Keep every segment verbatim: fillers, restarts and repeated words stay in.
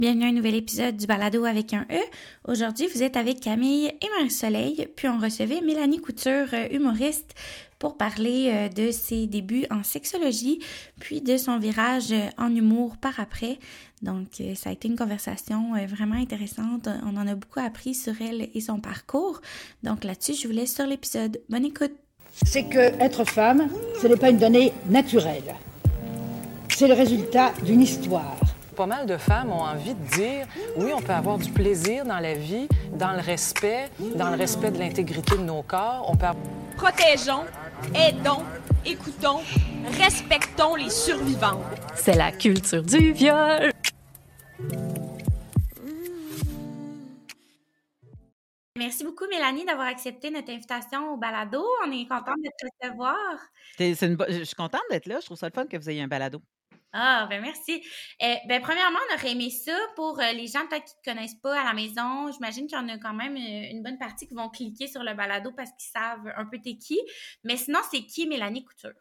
Bienvenue à un nouvel épisode du Balado avec un E. Aujourd'hui, vous êtes avec Camille et Marie-Soleil, puis on recevait Mélanie Couture, humoriste, pour parler de ses débuts en sexologie, puis de son virage en humour par après. Donc, ça a été une conversation vraiment intéressante. On en a beaucoup appris sur elle et son parcours. Donc là-dessus, je vous laisse sur l'épisode. Bonne écoute! C'est que être femme, ce n'est pas une donnée naturelle. C'est le résultat d'une histoire. Pas mal de femmes ont envie de dire, oui, on peut avoir du plaisir dans la vie, dans le respect, dans le respect de l'intégrité de nos corps. On peut avoir... Protégeons, aidons, écoutons, respectons les survivantes. C'est la culture du viol. Merci beaucoup, Mélanie, d'avoir accepté notre invitation au balado. On est contente de te recevoir. C'est, c'est une, je suis contente d'être là. Je trouve ça le fun que vous ayez un balado. Ah, ben merci. Euh, ben premièrement, on aurait aimé ça pour euh, les gens peut-être qui ne te connaissent pas à la maison. J'imagine qu'il y en a quand même euh, une bonne partie qui vont cliquer sur le balado parce qu'ils savent un peu t'es qui. Mais sinon, c'est qui Mélanie Couture?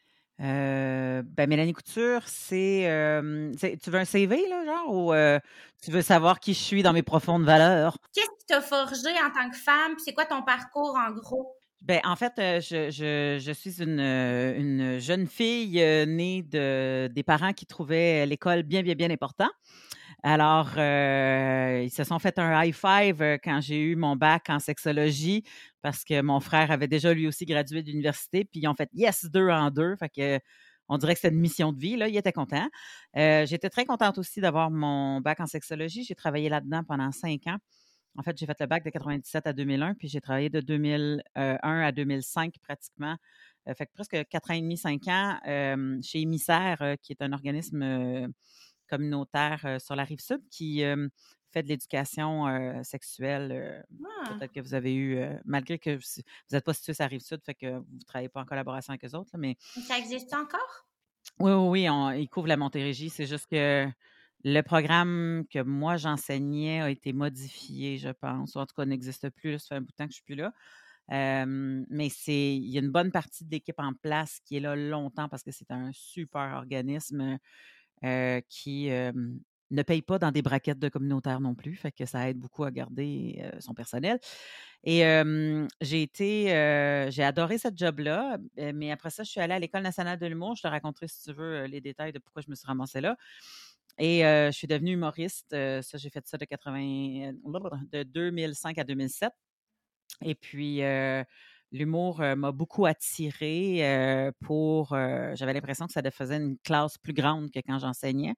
Euh, ben Mélanie Couture, c'est, euh, c'est... Tu veux un C V, là, genre, ou euh, tu veux savoir qui je suis dans mes profondes valeurs? Qu'est-ce qui t'a forgé en tant que femme? Puis c'est quoi ton parcours, en gros? Ben, en fait, euh, je, je, je suis une, euh, une jeune fille euh, née de, des parents qui trouvaient l'école bien, bien, bien important. Alors, euh, ils se sont fait un high five euh, quand j'ai eu mon bac en sexologie parce que mon frère avait déjà lui aussi gradué de l'université, puis ils ont fait yes, deux en deux. Fait que on dirait que c'était une mission de vie, là. Ils étaient contents. Euh, j'étais très contente aussi d'avoir mon bac en sexologie. J'ai travaillé là-dedans pendant cinq ans. En fait, j'ai fait le bac de quatre-vingt-dix-sept à deux mille un, puis j'ai travaillé de deux mille un à deux mille cinq pratiquement. Euh, fait que presque quatre ans et demi, cinq ans euh, chez Émissaire, euh, qui est un organisme euh, communautaire euh, sur la Rive-Sud qui euh, fait de l'éducation euh, sexuelle. Euh, Ah. Peut-être que vous avez eu, euh, malgré que vous n'êtes pas situé sur la Rive-Sud, fait que vous ne travaillez pas en collaboration avec eux autres, là, mais... Ça existe encore? Oui, oui, oui, on, ils couvrent la Montérégie. C'est juste que le programme que moi j'enseignais a été modifié, je pense. Ou en tout cas, n'existe plus. Là, ça fait un bout de temps que je ne suis plus là. Euh, mais c'est, il y a une bonne partie de l'équipe en place qui est là longtemps parce que c'est un super organisme euh, qui euh, ne paye pas dans des braquettes de communautaires non plus. Fait que ça aide beaucoup à garder euh, son personnel. Et euh, j'ai été, euh, j'ai adoré cette job-là, mais après ça, je suis allée à l'École nationale de l'humour. Je te raconterai, si tu veux, les détails de pourquoi je me suis ramassée là. Et euh, je suis devenue humoriste. Euh, ça, j'ai fait ça de quatre-vingts, de deux mille cinq à deux mille sept. Et puis, euh, l'humour euh, m'a beaucoup attirée euh, pour... Euh, j'avais l'impression que ça faisait une classe plus grande que quand j'enseignais.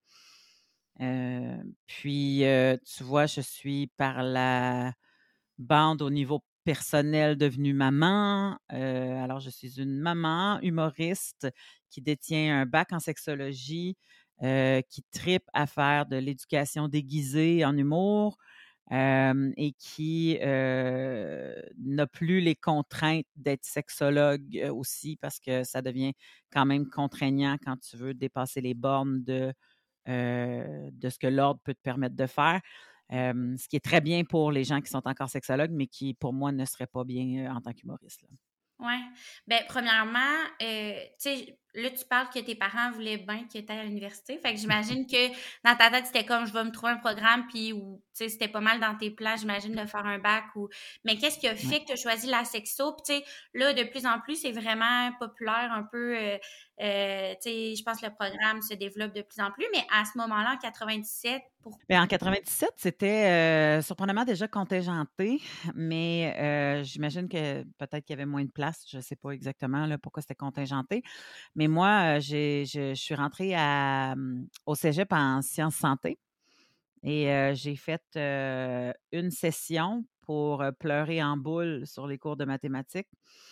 Euh, puis, euh, tu vois, je suis par la bande au niveau personnel devenue maman. Euh, alors, je suis une maman humoriste qui détient un bac en sexologie, euh, qui tripe à faire de l'éducation déguisée en humour euh, et qui euh, n'a plus les contraintes d'être sexologue aussi parce que ça devient quand même contraignant quand tu veux dépasser les bornes de, euh, de ce que l'ordre peut te permettre de faire. Euh, ce qui est très bien pour les gens qui sont encore sexologues, mais qui, pour moi, ne serait pas bien euh, en tant qu'humoriste. Là. Oui. Bien, premièrement, euh, tu sais, là, tu parles que tes parents voulaient bien que tu ailles à l'université. Fait que j'imagine que dans ta tête, c'était comme, je vais me trouver un programme, puis, ou, tu sais, c'était pas mal dans tes plans, j'imagine, de faire un bac. Ou... Mais qu'est-ce qui a fait ouais. que tu as choisi la sexo? Puis, tu sais, là, de plus en plus, c'est vraiment populaire un peu. Euh, euh, tu sais, je pense que le programme se développe de plus en plus. Mais à ce moment-là, en quatre-vingt-dix-sept, pour... Bien, en quatre-vingt-dix-sept, c'était euh, surprenamment déjà contingenté, mais euh, j'imagine que peut-être qu'il y avait moins de place. Je ne sais pas exactement là, pourquoi c'était contingenté. Mais moi, j'ai, je, je suis rentrée à, au cégep en sciences santé et euh, j'ai fait euh, une session pour pleurer en boule sur les cours de mathématiques.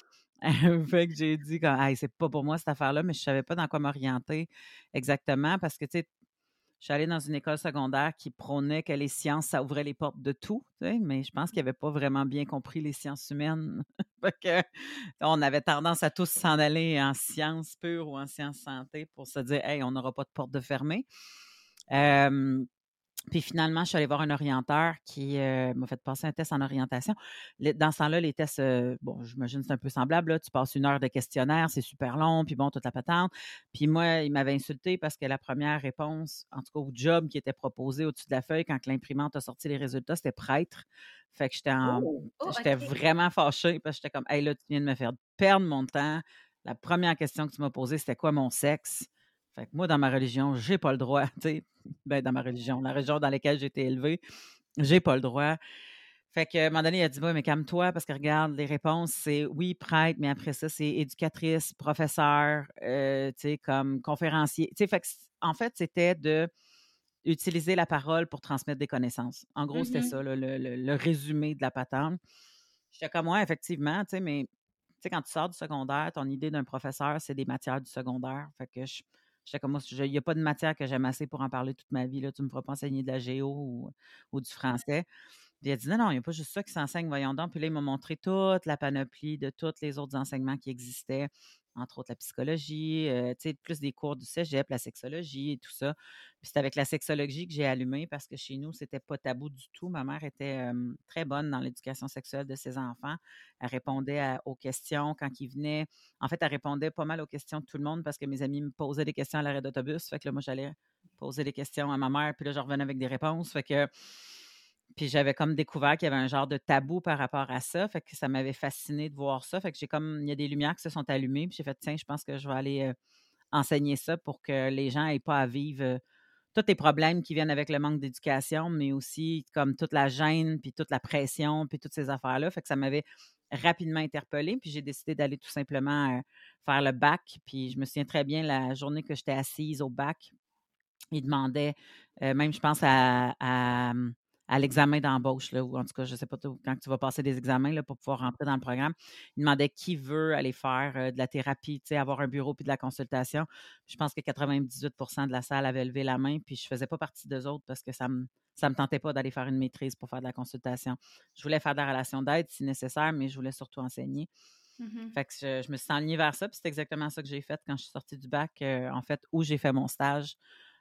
Fait que j'ai dit, hey, c'est pas pour moi cette affaire-là, mais je ne savais pas dans quoi m'orienter exactement parce que, tu sais, je suis allée dans une école secondaire qui prônait que les sciences, ça ouvrait les portes de tout, tu sais, mais je pense qu'ils n'avaient pas vraiment bien compris les sciences humaines. Fait que, on avait tendance à tous s'en aller en sciences pures ou en sciences santé pour se dire, hey, on n'aura pas de porte de fermée. Euh, Puis finalement, je suis allée voir un orienteur qui euh, m'a fait passer un test en orientation. Les- dans ce temps-là, les tests, euh, bon, j'imagine que c'est un peu semblable. Là. Tu passes une heure de questionnaire, c'est super long, puis bon, toute la patente. Puis moi, il m'avait insulté parce que la première réponse, en tout cas au job qui était proposé au-dessus de la feuille quand l'imprimante a sorti les résultats, c'était prêtre. Fait que j'étais en, Oh! Oh, j'étais OK. vraiment fâchée parce que j'étais comme, hey, là, tu viens de me faire perdre mon temps. La première question que tu m'as posée, c'était quoi mon sexe? Fait que moi, dans ma religion, j'ai pas le droit, tu sais, ben, dans ma religion, la région dans laquelle j'ai été élevée, j'ai pas le droit. Fait qu'à un moment donné, il a dit, bah, mais calme-toi, parce que regarde, les réponses, c'est oui, prêtre, mais après ça, c'est éducatrice, professeur, euh, tu sais, comme conférencier. Tu sais, fait que, en fait, c'était de utiliser la parole pour transmettre des connaissances. En gros, c'était Mhm. ça, là, le, le- le résumé de la patente. J'étais comme, ouais, effectivement, tu sais, mais tu sais, quand tu sors du secondaire, ton idée d'un professeur, c'est des matières du secondaire. Fait que je, j'étais comme moi, il n'y a pas de matière que j'aime assez pour en parler toute ma vie. Là. Tu ne me feras pas enseigner de la géo ou, ou du français. Puis il a dit non, non, il n'y a pas juste ça qui s'enseigne, voyons donc. Puis là, il m'a montré toute la panoplie de tous les autres enseignements qui existaient, entre autres la psychologie, euh, tu sais, plus des cours du cégep, la sexologie et tout ça. Puis c'est avec la sexologie que j'ai allumé parce que chez nous, c'était pas tabou du tout. Ma mère était euh, très bonne dans l'éducation sexuelle de ses enfants. Elle répondait à- aux questions quand ils venaient. En fait, elle répondait pas mal aux questions de tout le monde parce que mes amis me posaient des questions à l'arrêt d'autobus. Fait que là, moi, j'allais poser des questions à ma mère, puis là, je revenais avec des réponses. Fait que puis j'avais comme découvert qu'il y avait un genre de tabou par rapport à ça. Fait que ça m'avait fasciné de voir ça. Fait que j'ai comme, il y a des lumières qui se sont allumées. Puis j'ai fait, tiens, je pense que je vais aller euh, enseigner ça pour que les gens n'aient pas à vivre euh, tous les problèmes qui viennent avec le manque d'éducation, mais aussi comme toute la gêne, puis toute la pression, puis toutes ces affaires-là. Fait que ça m'avait rapidement interpellée. Puis j'ai décidé d'aller tout simplement euh, faire le bac. Puis je me souviens très bien la journée que j'étais assise au bac. Il demandait, euh, même je pense à, à, à l'examen d'embauche, là, ou en tout cas, je ne sais pas tout, quand tu vas passer des examens là, pour pouvoir rentrer dans le programme. Il demandait qui veut aller faire euh, de la thérapie, tu sais, avoir un bureau puis de la consultation. Je pense que quatre-vingt-dix-huit pour cent de la salle avait levé la main, puis je ne faisais pas partie d'eux autres parce que ça me, ça me tentait pas d'aller faire une maîtrise pour faire de la consultation. Je voulais faire de la relation d'aide si nécessaire, mais je voulais surtout enseigner. Mhm. Fait que je, je me suis enlignée vers ça, puis c'est exactement ça que j'ai fait quand je suis sortie du bac, euh, en fait, où j'ai fait mon stage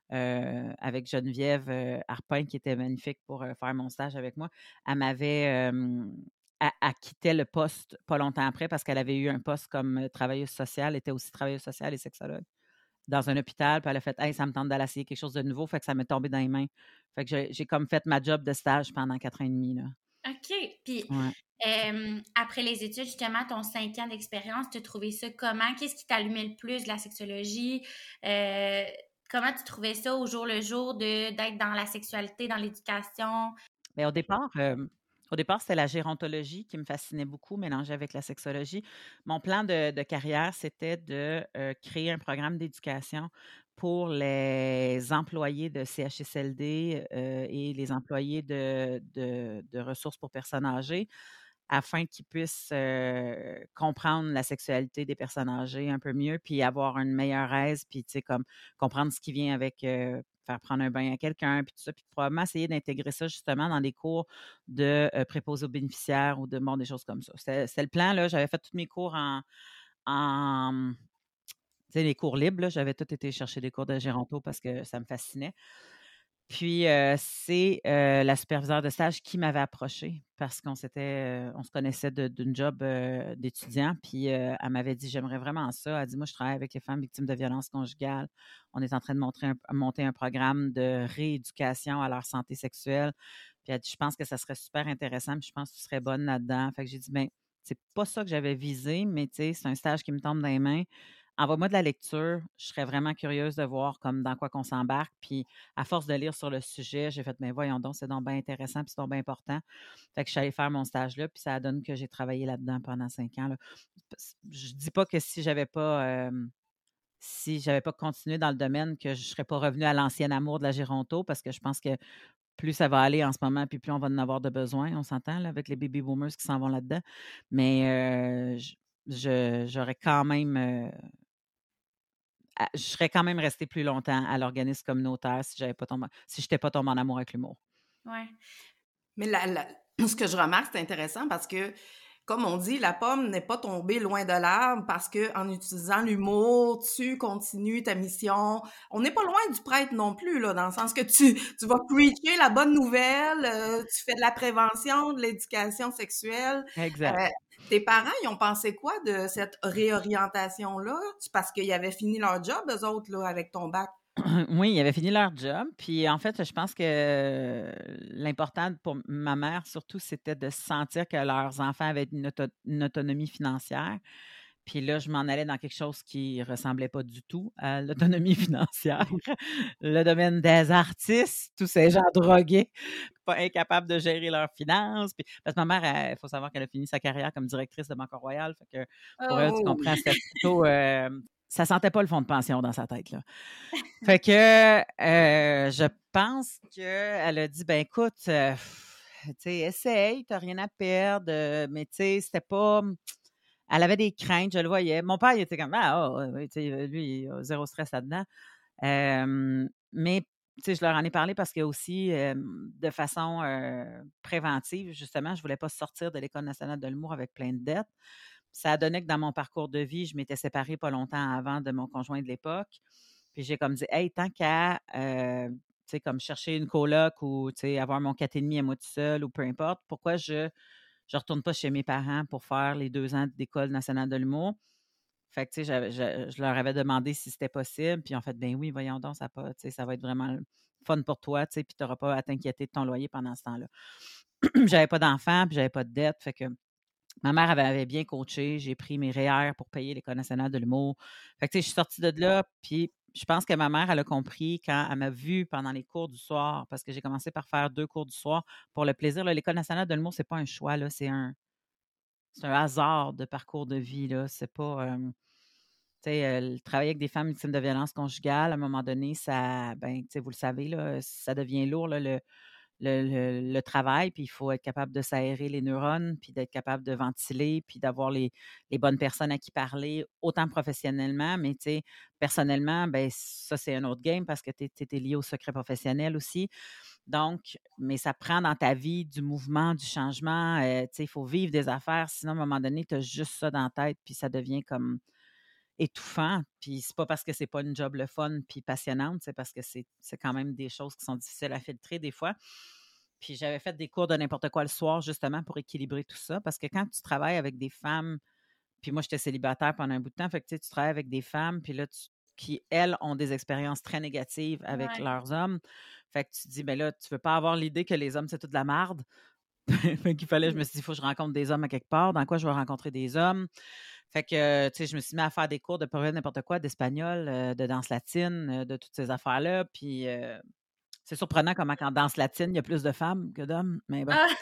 euh, avec Geneviève euh, Arpin, qui était magnifique pour euh, faire mon stage avec moi. Elle m'avait. Euh, elle, elle quittait le poste pas longtemps après parce qu'elle avait eu un poste comme euh, travailleuse sociale, était aussi travailleuse sociale et sexologue dans un hôpital. Puis elle a fait, hey, ça me tente d'aller essayer quelque chose de nouveau. Fait que ça m'est tombé dans les mains. Fait que j'ai, j'ai comme fait ma job de stage pendant quatre ans et demi. Là. OK. Puis, Ouais. euh, après les études, justement, ton cinq ans d'expérience, tu as trouvé ça comment? Qu'est-ce qui t'allumait le plus de la sexologie? Euh, comment tu trouvais ça au jour le jour de, d'être dans la sexualité, dans l'éducation? Mais au départ, euh, au départ, c'était la gérontologie qui me fascinait beaucoup, mélangée avec la sexologie. Mon plan de, de carrière, c'était de euh, créer un programme d'éducation pour les employés de C H S L D euh, et les employés de, de, de ressources pour personnes âgées afin qu'ils puissent euh, comprendre la sexualité des personnes âgées un peu mieux, puis avoir une meilleure aise, puis tu sais, comme comprendre ce qui vient avec euh, faire prendre un bain à quelqu'un, puis tout ça, puis probablement essayer d'intégrer ça justement dans des cours de euh, préposés aux bénéficiaires ou de bon, des choses comme ça. C'était, c'était le plan, là. J'avais fait tous mes cours en, en tu sais, les cours libres, là. J'avais tout été chercher des cours de géronto parce que ça me fascinait. Puis, euh, c'est euh, la superviseure de stage qui m'avait approchée parce qu'on s'était, euh, on se connaissait de- d'une job euh, d'étudiant. Puis, euh, elle m'avait dit, j'aimerais vraiment ça. Elle a dit, moi, je travaille avec les femmes victimes de violences conjugales. On est en train de montrer un- monter un programme de rééducation à leur santé sexuelle. Puis, elle a dit, je pense que ça serait super intéressant. Puis, je pense que tu serais bonne là-dedans. Fait que j'ai dit, ben, c'est pas ça que j'avais visé, mais tu sais, c'est un stage qui me tombe dans les mains. Envoie-moi de la lecture. Je serais vraiment curieuse de voir comme dans quoi qu'on s'embarque. Puis, à force de lire sur le sujet, j'ai fait, mais voyons donc, c'est donc bien intéressant, puis c'est donc bien important. Fait que je suis allée faire mon stage là, puis ça donne que j'ai travaillé là-dedans pendant cinq ans. Là. Je dis pas que si j'avais pas, euh, si j'avais pas continué dans le domaine, que je serais pas revenue à l'ancien amour de la Géronto, parce que je pense que plus ça va aller en ce moment, puis plus on va en avoir de besoin, on s'entend, là, avec les baby boomers qui s'en vont là-dedans. Mais euh, je, je- j'aurais quand même... euh, à- je serais quand même restée plus longtemps à l'organisme communautaire si j'avais pas tombé, si je n'étais pas tombée en amour avec l'humour. Ouais. Mais la, la- ce que je remarque, c'est intéressant parce que comme on dit, la pomme n'est pas tombée loin de l'arbre parce que en utilisant l'humour, tu continues ta mission. On n'est pas loin du prêtre non plus, là, dans le sens que tu, tu vas preacher la bonne nouvelle, euh, tu fais de la prévention, de l'éducation sexuelle. Exact. Euh, tes parents, ils ont pensé quoi de cette réorientation-là? C'est parce qu'ils avaient fini leur job, eux autres, là, avec ton bac? Oui, ils avaient fini leur job. Puis en fait, je pense que l'important pour ma mère, surtout, c'était de sentir que leurs enfants avaient une, auto- une autonomie financière. Puis là, je m'en allais dans quelque chose qui ressemblait pas du tout à l'autonomie financière. Le domaine des artistes, tous ces gens drogués, pas incapables de gérer leurs finances. Puis, parce que ma mère, il faut savoir qu'elle a fini sa carrière comme directrice de Banque Royale. Fait que pour elle, tu Oh! comprends, c'était plutôt... euh, ça sentait pas le fonds de pension dans sa tête, là. Fait que euh, je pense qu'elle a dit, ben écoute, euh, tu sais, essaye, t'as rien à perdre, euh, mais tu sais, c'était pas... Elle avait des craintes, je le voyais. Mon père, il était comme, ah, oh, ouais, tu sais, lui, il a zéro stress là-dedans. Euh, mais, tu sais, je leur en ai parlé parce que aussi, euh, de façon euh, préventive, justement, je voulais pas sortir de l'École nationale de l'humour avec plein de dettes. Ça a donné que dans mon parcours de vie, je m'étais séparée pas longtemps avant de mon conjoint de l'époque. Puis j'ai comme dit, hey, tant qu'à, euh, tu sais, comme chercher une coloc ou, tu sais, avoir mon quatre et demi à moi tout seul ou peu importe, pourquoi je je retourne pas chez mes parents pour faire les deux ans d'École nationale de l'humour. Fait que, tu sais, j'avais- je, je leur avais demandé si c'était possible. Puis ils ont fait, ben oui, voyons donc, ça, pas, tu sais, ça va être vraiment fun pour toi, tu sais, puis tu n'auras pas à t'inquiéter de ton loyer pendant ce temps-là. J'avais pas d'enfants, puis j'avais pas de dette. Fait que ma mère avait, avait bien coaché. J'ai pris mes R E E R pour payer l'École nationale de l'humour. Fait que, tu sais, je suis sortie de là, puis je pense que ma mère, elle a compris quand elle m'a vue pendant les cours du soir, parce que j'ai commencé par faire deux cours du soir pour le plaisir. Là, l'École nationale de l'humour, c'est pas un choix, là, c'est un, c'est un hasard de parcours de vie, là. C'est pas... euh, tu sais, euh, le travailler avec des femmes victimes de violences conjugales, à un moment donné, ça, ben, tu sais, vous le savez, là, ça devient lourd, là, le, le, le- le travail, puis il faut être capable de s'aérer les neurones, puis d'être capable de ventiler, puis d'avoir les, les bonnes personnes à qui parler, autant professionnellement, mais tu sais, personnellement, ben ça, c'est un autre game parce que tu es lié au secret professionnel aussi. Donc, mais ça prend dans ta vie du mouvement, du changement. euh, tu sais, il faut vivre des affaires, sinon, à un moment donné, tu as juste ça dans la tête, puis ça devient comme étouffant. Puis c'est pas parce que c'est pas une job le fun puis passionnante, c'est parce que c'est c'est quand même des choses qui sont difficiles à filtrer des fois. Puis j'avais fait des cours de n'importe quoi le soir justement pour équilibrer tout ça parce que quand tu travailles avec des femmes, puis moi j'étais célibataire pendant un bout de temps, fait que tu sais, tu travailles avec des femmes puis là tu qui, elles, ont des expériences très négatives avec Ouais. leurs hommes. Fait que tu te dis, ben là, tu veux pas avoir l'idée que les hommes, c'est toute de la marde. Fait qu'il fallait, je me suis dit, il faut que je rencontre des hommes à quelque part. Dans quoi je vais rencontrer des hommes? Fait que, tu sais, je me suis mis à faire des cours de peu près n'importe quoi, d'espagnol, euh, de danse latine, euh, de toutes ces affaires-là. Puis, euh, c'est surprenant comment, en danse latine, il y a plus de femmes que d'hommes, mais bon. Ah!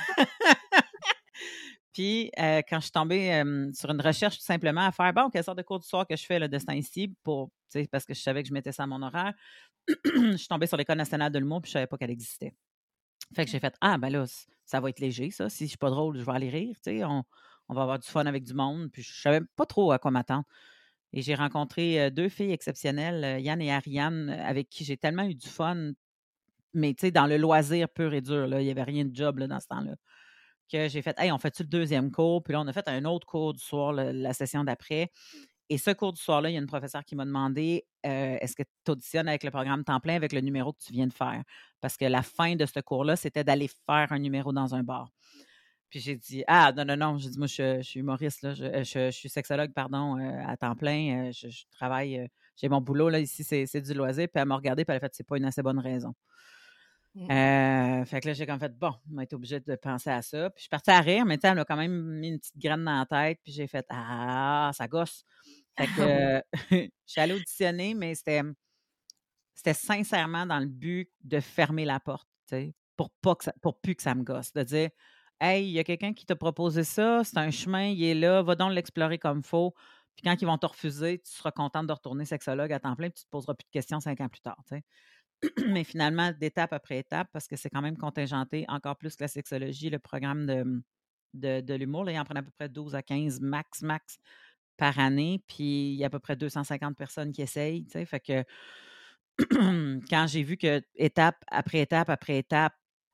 Puis, euh, quand je suis tombée euh, sur une recherche tout simplement à faire, bon, quelle sorte de cours du soir que je fais le destin ici, pour, tu sais, parce que je savais que je mettais ça à mon horaire, je suis tombée sur l'École nationale de l'humour, puis je savais pas qu'elle existait. Fait que j'ai fait, ah, ben là, c- ça va être léger, ça. Si je suis pas drôle, je vais aller rire, tu sais. On, on va avoir du fun avec du monde. Puis je savais pas trop à quoi m'attendre. Et j'ai rencontré euh, deux filles exceptionnelles, euh, Yann et Ariane, euh, avec qui j'ai tellement eu du fun, mais tu sais, dans le loisir pur et dur, là. Il y avait rien de job, là, dans ce temps-là. Que j'ai fait, hey, on fait-tu le deuxième cours? Puis là, on a fait un autre cours du soir, le- la session d'après. Et ce cours du soir-là, il y a une professeure qui m'a demandé euh, est-ce que tu auditionnes avec le programme temps plein avec le numéro que tu viens de faire? Parce que la fin de ce cours-là, c'était d'aller faire un numéro dans un bar. Puis j'ai dit ah, non, non, non. J'ai dit moi, je, je suis humoriste, là. Je, je- je suis sexologue, pardon, euh, à temps plein. Euh, je, je travaille, euh, j'ai mon boulot, là, ici, c'est, c'est du loisir. Puis elle m'a regardé, puis elle a fait c'est pas une assez bonne raison. Mm. Euh, fait que là, j'ai comme fait, bon, on va être obligé de penser à ça. Puis je suis partie à rire, mais tu sais, elle m'a quand même mis une petite graine dans la tête. Puis j'ai fait, ah, ça gosse. Fait que euh, je suis allée auditionner, mais c'était, c'était sincèrement dans le but de fermer la porte, tu sais, pour pas que ça, pour plus que ça me gosse. De dire, hey, il y a quelqu'un qui t'a proposé ça, c'est un chemin, il est là, va donc l'explorer comme il faut. Puis quand ils vont te refuser, tu seras contente de retourner sexologue à temps plein, puis tu te poseras plus de questions cinq ans plus tard, tu sais. Mais finalement, d'étape après étape, parce que c'est quand même contingenté encore plus que la sexologie, le programme de, de, de l'humour. Là, il en prend à peu près douze à quinze max, max par année. Puis il y a à peu près deux cent cinquante personnes qui essayent. Tu sais, fait que quand j'ai vu que étape après étape après étape,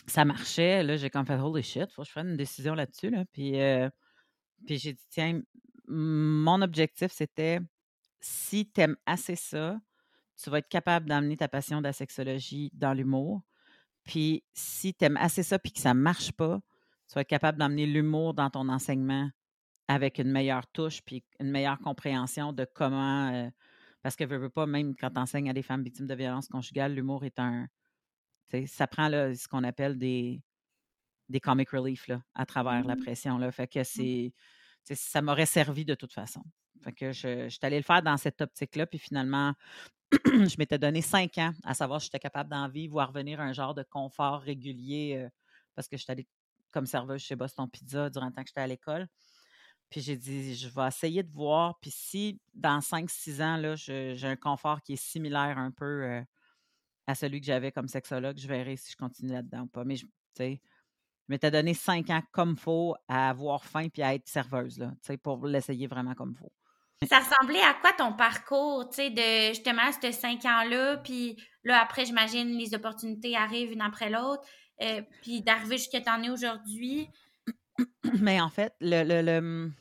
ça marchait. Là, j'ai comme fait « Holy shit, faut que je prenne une décision là-dessus. » Là. Puis, euh, puis j'ai dit « Tiens, m- mon objectif, c'était si t'aimes assez ça, tu vas être capable d'amener ta passion de la sexologie dans l'humour. Puis si t'aimes assez ça puis que ça marche pas, tu vas être capable d'emmener l'humour dans ton enseignement avec une meilleure touche puis une meilleure compréhension de comment... euh, parce que veux, veux pas, même quand tu enseignes à des femmes victimes de violences conjugales, l'humour est un... tu sais, ça prend là, ce qu'on appelle des, des comic relief là, à travers la pression. Là. Fait que c'est... tu sais, ça m'aurait servi de toute façon. Fait que je, je suis allée le faire dans cette optique-là, puis finalement, je m'étais donné cinq ans à savoir si j'étais capable d'en vivre ou à revenir à un genre de confort régulier euh, parce que j'étais allée comme serveuse chez Boston Pizza durant le temps que j'étais à l'école. Puis j'ai dit, je vais essayer de voir. Puis si dans cinq six ans, là, je- j'ai un confort qui est similaire un peu euh, à celui que j'avais comme sexologue, je verrai si je continue là-dedans ou pas. Mais je, tu sais, je m'étais donné cinq ans comme faut à avoir faim puis à être serveuse, là, tu sais, pour l'essayer vraiment comme faut. Ça ressemblait à quoi ton parcours, tu sais, de justement ces cinq ans-là, puis là, après, j'imagine, les opportunités arrivent une après l'autre, euh, puis d'arriver jusqu'à t'en es aujourd'hui. Mais en fait, le, le, le-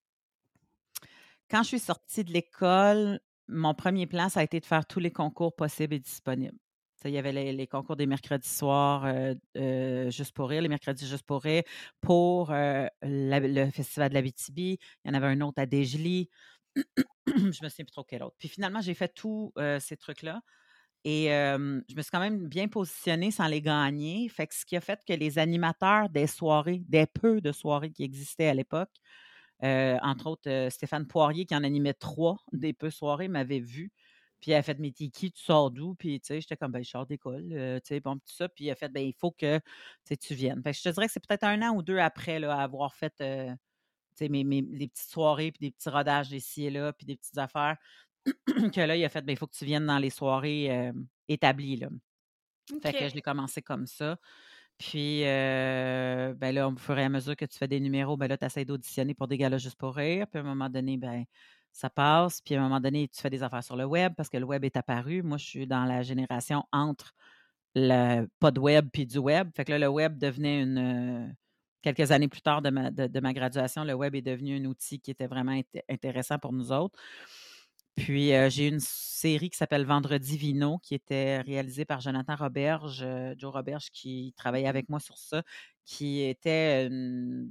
quand je suis sortie de l'école, mon premier plan, ça a été de faire tous les concours possibles et disponibles. Tu sais, il y avait les, les concours des mercredis soirs, euh, euh, juste pour rire, les mercredis juste pour rire, pour euh, la- le festival de l'Abitibi. Il y en avait un autre à Desjely. Je me souviens plus trop quel autre. Puis finalement, j'ai fait tous euh, ces trucs-là. Et euh, je me suis quand même bien positionnée sans les gagner. Fait que ce qui a fait que les animateurs des soirées, des peu de soirées qui existaient à l'époque, euh, entre autres, euh, Stéphane Poirier, qui en animait trois des peu soirées, m'avait vu. Puis elle a fait, mais t'es qui, tu sors d'où? Puis, tu sais, j'étais comme, ben, je sors d'école, euh, tu sais, bon, tout ça. Puis il a fait, ben, il faut que, tu sais, tu viennes. Fait que je te dirais que c'est peut-être un an ou deux après, là, avoir fait, euh, tu sais, mes, mes- les petites soirées, puis des petits rodages ici et là, puis des petites affaires, que là, il a fait, ben, il faut que tu viennes dans les soirées euh, établies, là. Fait que je OK. l'ai commencé comme ça. Puis, euh, ben là, au fur et à mesure que tu fais des numéros, ben là, tu essaies d'auditionner pour des galas juste pour rire. Puis à un moment donné, ben ça passe. Puis à un moment donné, tu fais des affaires sur le web parce que le web est apparu. Moi, je suis dans la génération entre le pas de web puis du web. Fait que là, le web devenait une... euh, quelques années plus tard de ma, de, de ma graduation, le web est devenu un outil qui était vraiment int- intéressant pour nous autres. Puis, euh, j'ai une série qui s'appelle Vendredi Vino, qui était réalisée par Jonathan Roberge, euh, Joe Roberge, qui travaillait avec moi sur ça, qui était une,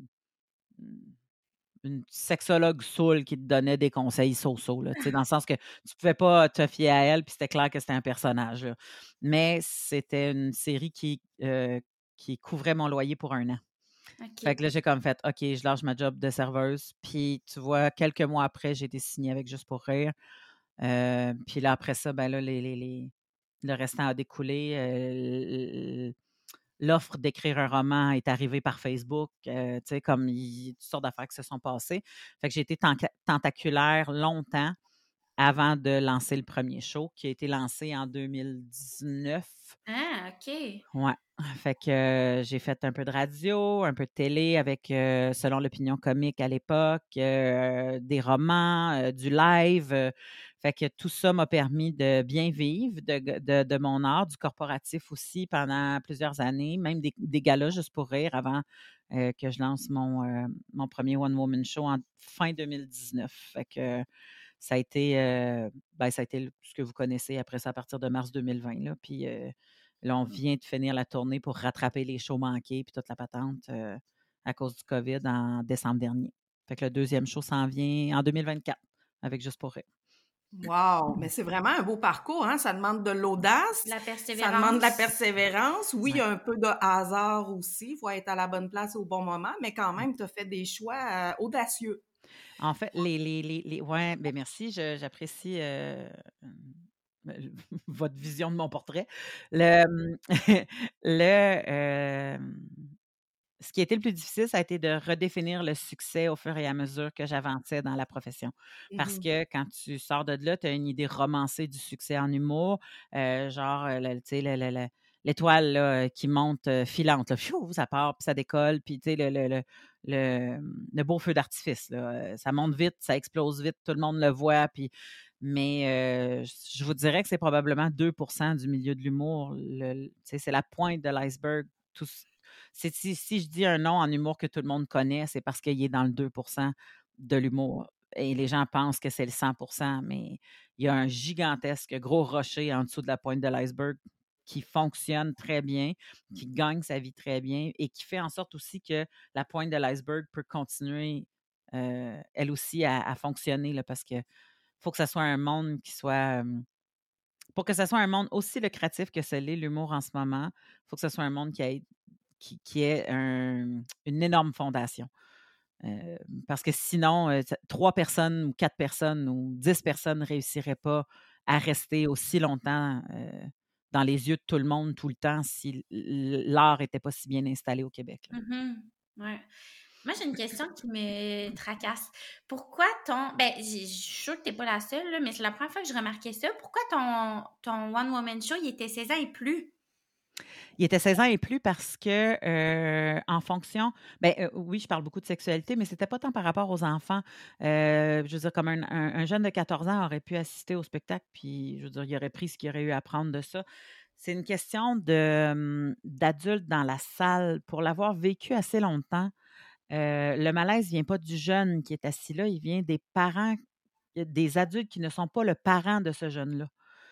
une sexologue saoule qui te donnait des conseils so-so, là, tu sais, dans le sens que tu pouvais pas te fier à elle, puis c'était clair que c'était un personnage, là. Mais c'était une série qui, euh, qui couvrait mon loyer pour un an. Fait OK. que là, j'ai comme fait, OK, je lâche ma job de serveuse. Puis, tu vois, quelques mois après, j'ai été signée avec Juste pour rire. Euh, puis là, après ça, ben là, les, les, les- le restant a découlé. Euh, l'offre d'écrire un roman est arrivée par Facebook. Euh, tu sais, comme il y a toutes sortes d'affaires qui se sont passées. Fait que j'ai été tanca- tentaculaire longtemps avant de lancer le premier show qui a été lancé en deux mille dix-neuf. Ah, OK. Ouais. Fait que euh, j'ai fait un peu de radio, un peu de télé avec euh, Selon l'opinion comique à l'époque, euh, des romans, euh, du live. euh, fait que tout ça m'a permis de bien vivre de, de, de mon art, du corporatif aussi pendant plusieurs années, même des, des galas juste pour rire avant euh, que je lance mon, euh, mon premier One Woman Show en fin deux mille dix-neuf. Fait que ça a été, euh, ben, ça a été ce que vous connaissez après ça à partir de mars deux mille vingt. Là, puis euh, là, on vient de finir la tournée pour rattraper les shows manqués puis toute la patente euh, à cause du COVID en décembre dernier. Fait que le deuxième show s'en vient en deux mille vingt-quatre avec Juste pour rire. Wow! Mais c'est vraiment un beau parcours, hein? Ça demande de l'audace, La ça demande de la persévérance. persévérance. Oui, il y Ouais. a un peu de hasard aussi, il faut être à la bonne place au bon moment, mais quand même, tu as fait des choix euh, audacieux. En fait, les, les, les, les- ouais, ben merci, je- j'apprécie euh, euh, votre vision de mon portrait. Le, le, euh, ce qui a été le plus difficile, ça a été de redéfinir le succès au fur et à mesure que j'avançais dans la profession. Parce Mhm. que quand tu sors de là, tu as une idée romancée du succès en humour, euh, genre, euh, le- tu sais, le- le- le- l'étoile là, qui monte euh, filante, là, Pfiou, ça part, puis ça décolle, puis tu sais, le, le, le, le, le beau feu d'artifice, là, euh, ça monte vite, ça explose vite, tout le monde le voit, puis... Mais euh, je vous dirais que c'est probablement deux pour cent du milieu de l'humour. Le- tu sais, c'est la pointe de l'iceberg tout, c'est, si, si je dis un nom en humour que tout le monde connaît, c'est parce qu'il est dans le deux pour cent de l'humour. Et les gens pensent que c'est le cent pour cent, mais il y a un gigantesque gros rocher en dessous de la pointe de l'iceberg qui fonctionne très bien, qui gagne sa vie très bien et qui fait en sorte aussi que la pointe de l'iceberg peut continuer, euh, elle aussi, à, à fonctionner, là, parce que faut que ce soit un monde qui soit... euh, pour que ce soit un monde aussi lucratif que ce l'est, l'humour en ce moment, il faut que ce soit un monde qui ait, qui, qui ait un- une énorme fondation. Euh, parce que sinon, euh, ça- trois personnes ou quatre personnes ou dix personnes ne réussiraient pas à rester aussi longtemps euh, dans les yeux de tout le monde tout le temps si l- l'art n'était pas si bien installé au Québec, là. Mhm. Ouais. Moi, j'ai une question qui me tracasse. Pourquoi ton... Ben, j'ai- je suis sûre que t'es pas la seule, là, mais c'est la première fois que je remarquais ça. Pourquoi ton, ton One Woman Show, il était seize ans et plus? Il était seize ans et plus parce que, euh, en fonction, ben euh, oui, je parle beaucoup de sexualité, mais c'était pas tant par rapport aux enfants. Euh, je veux dire, comme un, un- un jeune de quatorze ans aurait pu assister au spectacle, puis je veux dire, il aurait pris ce qu'il aurait eu à apprendre de ça. C'est une question de, hum, d'adulte dans la salle. Pour l'avoir vécu assez longtemps, euh, le malaise vient pas du jeune qui est assis là, il vient des parents, des adultes qui ne sont pas le parent de ce jeune-là.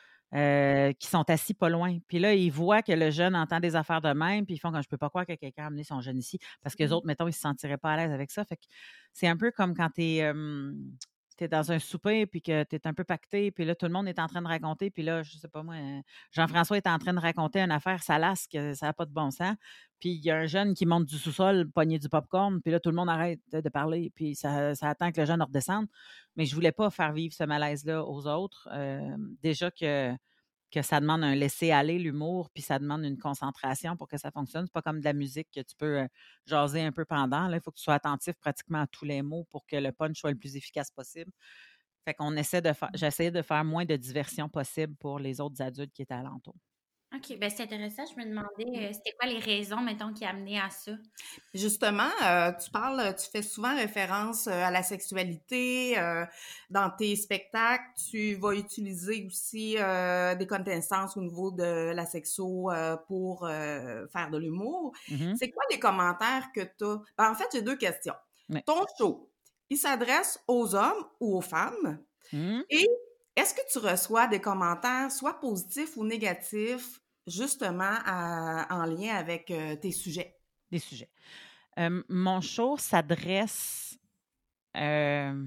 Euh, qui sont assis pas loin. Puis là, ils voient que le jeune entend des affaires de même, puis ils font comme je peux pas croire que quelqu'un a amené son jeune ici, parce que les autres, mettons, ils se sentiraient pas à l'aise avec ça. Fait que c'est un peu comme quand tu es, dans un souper, puis que tu es un peu pacté, puis là, tout le monde est en train de raconter, puis là, je sais pas moi, euh, Jean-François est en train de raconter une affaire salace, que ça n'a pas de bon sens, puis il y a un jeune qui monte du sous-sol, pogné du popcorn, puis là, tout le monde arrête de, de parler, puis ça, ça attend que le jeune redescende. Mais je voulais pas faire vivre ce malaise-là aux autres. Euh, déjà que que ça demande un laisser-aller, l'humour, puis ça demande une concentration pour que ça fonctionne. C'est pas comme de la musique que tu peux euh, jaser un peu pendant. Là, il faut que tu sois attentif pratiquement à tous les mots pour que le punch soit le plus efficace possible. Fait qu'on essaie de faire, j'essayais de faire moins de diversion possible pour les autres adultes qui étaient alentour. OK, ben c'est intéressant. Je me demandais, euh, c'était quoi les raisons, mettons, qui amenaient à ça? Justement, euh, tu parles, tu fais souvent référence euh, à la sexualité euh, dans tes spectacles. Tu vas utiliser aussi euh, des connaissances au niveau de la sexo euh, pour euh, faire de l'humour. Mhm. C'est quoi les commentaires que tu as? Ben, en fait, j'ai deux questions. Ouais. Ton show, il s'adresse aux hommes ou aux femmes? Mhm. Et est-ce que tu reçois des commentaires, soit positifs ou négatifs, justement à- en lien avec euh, tes sujets? Des sujets. Euh, mon show s'adresse... Euh...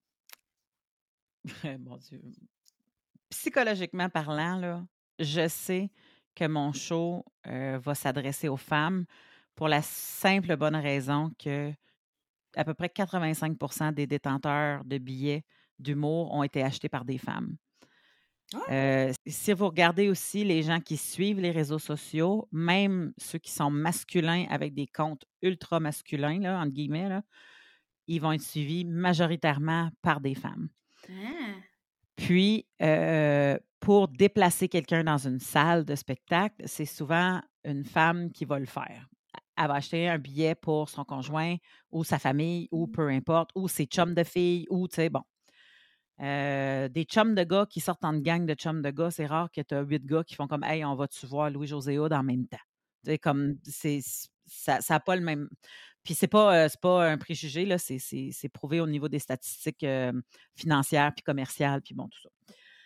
Mon Dieu. Psychologiquement parlant, là, je sais que mon show euh, va s'adresser aux femmes pour la simple bonne raison que à peu près quatre-vingt-cinq pour cent des détenteurs de billets d'humour ont été achetés par des femmes. Ah! Euh, si vous regardez aussi les gens qui suivent les réseaux sociaux, même ceux qui sont masculins avec des comptes ultra masculins, là, entre guillemets, là, ils vont être suivis majoritairement par des femmes. Ah. Puis, euh, pour déplacer quelqu'un dans une salle de spectacle, c'est souvent une femme qui va le faire. Elle va acheter un billet pour son conjoint ou sa famille ou peu importe, ou ses chums de filles ou, tu sais, bon. Euh, des chums de gars qui sortent en gang de chums de gars, c'est rare que tu as huit gars qui font comme « Hey, on va-tu voir Louis-José Hood en même temps? » Tu sais, comme, c'est, ça n'a pas le même... Puis c'est pas, euh, c'est pas un préjugé, là, c'est, c'est, c'est prouvé au niveau des statistiques euh, financières puis commerciales, puis bon, tout ça.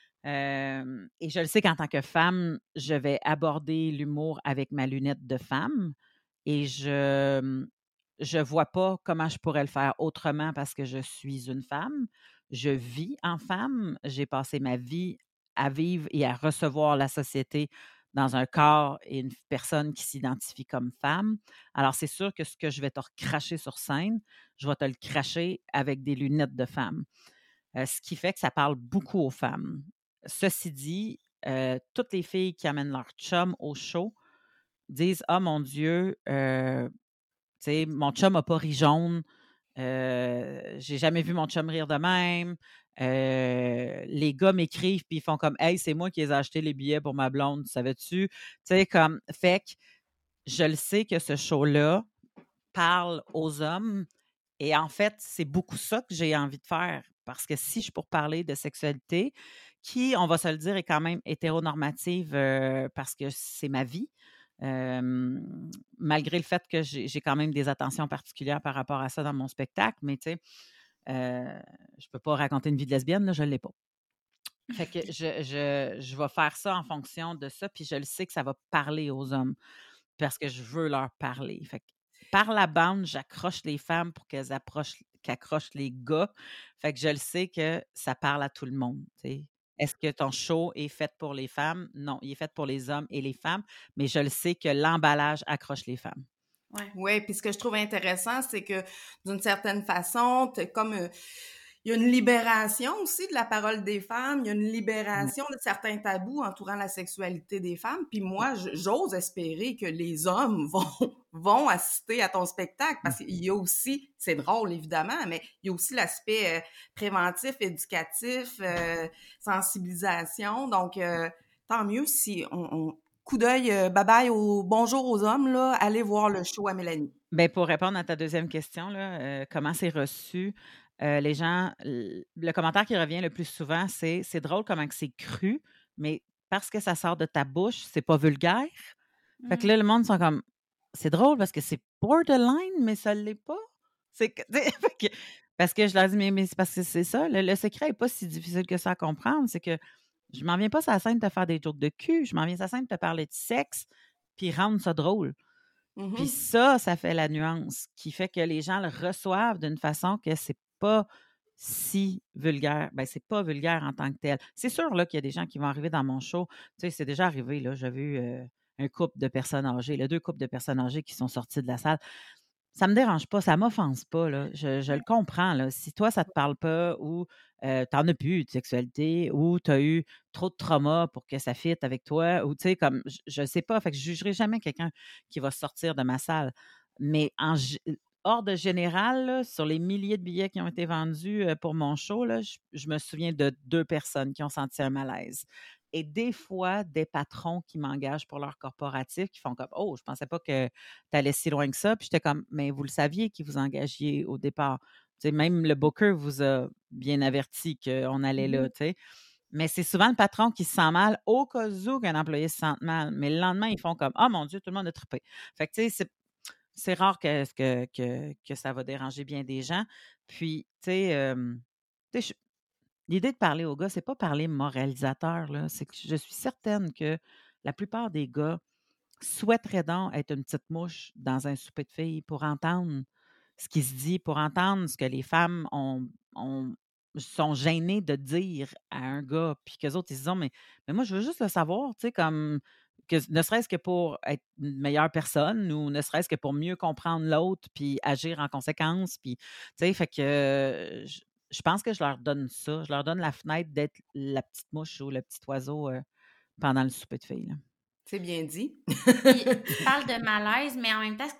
Euh, et je le sais qu'en tant que femme, je vais aborder l'humour avec ma lunette de femme et je je vois pas comment je pourrais le faire autrement parce que je suis une femme. Je vis en femme. J'ai passé ma vie à vivre et à recevoir la société dans un corps et une personne qui s'identifie comme femme. Alors, c'est sûr que ce que je vais te recracher sur scène, je vais te le cracher avec des lunettes de femme. Euh, ce qui fait que ça parle beaucoup aux femmes. Ceci dit, euh, toutes les filles qui amènent leur chum au show disent « Ah, mon Dieu, euh, tu sais, mon chum n'a pas ri jaune. Euh, j'ai jamais vu mon chum rire de même. Euh, les gars m'écrivent puis ils font comme Hey, c'est moi qui ai acheté les billets pour ma blonde, savais-tu? Tu sais, comme, fait que je le sais que ce show-là parle aux hommes et en fait, c'est beaucoup ça que j'ai envie de faire parce que si je suis pour parler de sexualité, qui, on va se le dire, est quand même hétéronormative euh, parce que c'est ma vie. Euh, malgré le fait que j'ai, j'ai quand même des attentions particulières par rapport à ça dans mon spectacle, mais tu sais, euh, je peux pas raconter une vie de lesbienne, là, je l'ai pas. Fait que je, je, je vais faire ça en fonction de ça, puis je le sais que ça va parler aux hommes parce que je veux leur parler. Fait que par la bande, j'accroche les femmes pour qu'elles approchent, qu'accrochent les gars. Fait que je le sais que ça parle à tout le monde. T'sais. Est-ce que ton show est fait pour les femmes? Non, il est fait pour les hommes et les femmes, mais je le sais que l'emballage accroche les femmes. Ouais. Oui, puis ce que je trouve intéressant, c'est que d'une certaine façon, t'es comme euh, il y a une libération aussi de la parole des femmes, il y a une libération de certains tabous entourant la sexualité des femmes. Puis moi, j'ose espérer que les hommes vont vont assister à ton spectacle parce qu'il y a aussi, c'est drôle évidemment, mais il y a aussi l'aspect euh, préventif, éducatif, euh, sensibilisation. Donc, euh, tant mieux si on, on coup d'œil, euh, bye-bye, au bonjour aux hommes, là, allez voir le show à Mélanie. Bien, pour répondre à ta deuxième question, là, euh, comment c'est reçu, euh, les gens, le commentaire qui revient le plus souvent, c'est c'est drôle comment que c'est cru, mais parce que ça sort de ta bouche, c'est pas vulgaire. Mm. Fait que là, le monde sont comme, c'est drôle parce que c'est borderline, mais ça l'est pas. C'est que, que, parce que je leur dis, mais, mais c'est parce que c'est ça, le, le secret n'est pas si difficile que ça à comprendre, c'est que je m'en viens pas sur la scène de te faire des jokes de cul, je m'en viens sur la scène de te parler de sexe, puis rendre ça drôle. Mm-hmm. Puis ça, ça fait la nuance qui fait que les gens le reçoivent d'une façon que c'est pas si vulgaire. Ben c'est pas vulgaire en tant que tel. C'est sûr là qu'il y a des gens qui vont arriver dans mon show. Tu sais, c'est déjà arrivé, là, j'ai vu euh, un couple de personnes âgées, là, deux couples de personnes âgées qui sont sortis de la salle. Ça me dérange pas, ça m'offense pas, là. Je, je le comprends, là. Si toi, ça te parle pas ou euh, t'en as plus de sexualité ou t'as eu trop de trauma pour que ça fitte avec toi ou, tu sais, comme, je, je sais pas, fait que je jugerai jamais quelqu'un qui va sortir de ma salle. Mais en hors de général, là, sur les milliers de billets qui ont été vendus euh, pour mon show, là, je, je me souviens de deux personnes qui ont senti un malaise. Et des fois, des patrons qui m'engagent pour leur corporatif qui font comme « Oh, je pensais pas que tu allais si loin que ça. » Puis j'étais comme « Mais vous le saviez qui vous engagiez au départ. » Tu sais, même le booker vous a bien averti qu'on allait mm-hmm. là, tu sais. Mais c'est souvent le patron qui se sent mal au cas où qu'un employé se sente mal. Mais le lendemain, ils font comme « Ah, oh, mon Dieu, tout le monde a trippé. » Fait que, tu sais, c'est, c'est rare que, que, que, que ça va déranger bien des gens. Puis, tu sais, euh, tu sais, l'idée de parler aux gars, c'est pas parler moralisateur, là. C'est que je suis certaine que la plupart des gars souhaiteraient donc être une petite mouche dans un souper de filles pour entendre ce qui se dit, pour entendre ce que les femmes ont, ont, sont gênées de dire à un gars, puis qu'eux autres, ils se disent, mais, mais moi, je veux juste le savoir, tu sais, comme, que, ne serait-ce que pour être une meilleure personne ou ne serait-ce que pour mieux comprendre l'autre, puis agir en conséquence, puis, tu sais, fait que... Euh, je, Je pense que je leur donne ça. Je leur donne la fenêtre d'être la petite mouche ou le petit oiseau euh, pendant le souper de filles. Là. C'est bien dit. Puis, tu parles de malaise, mais en même temps,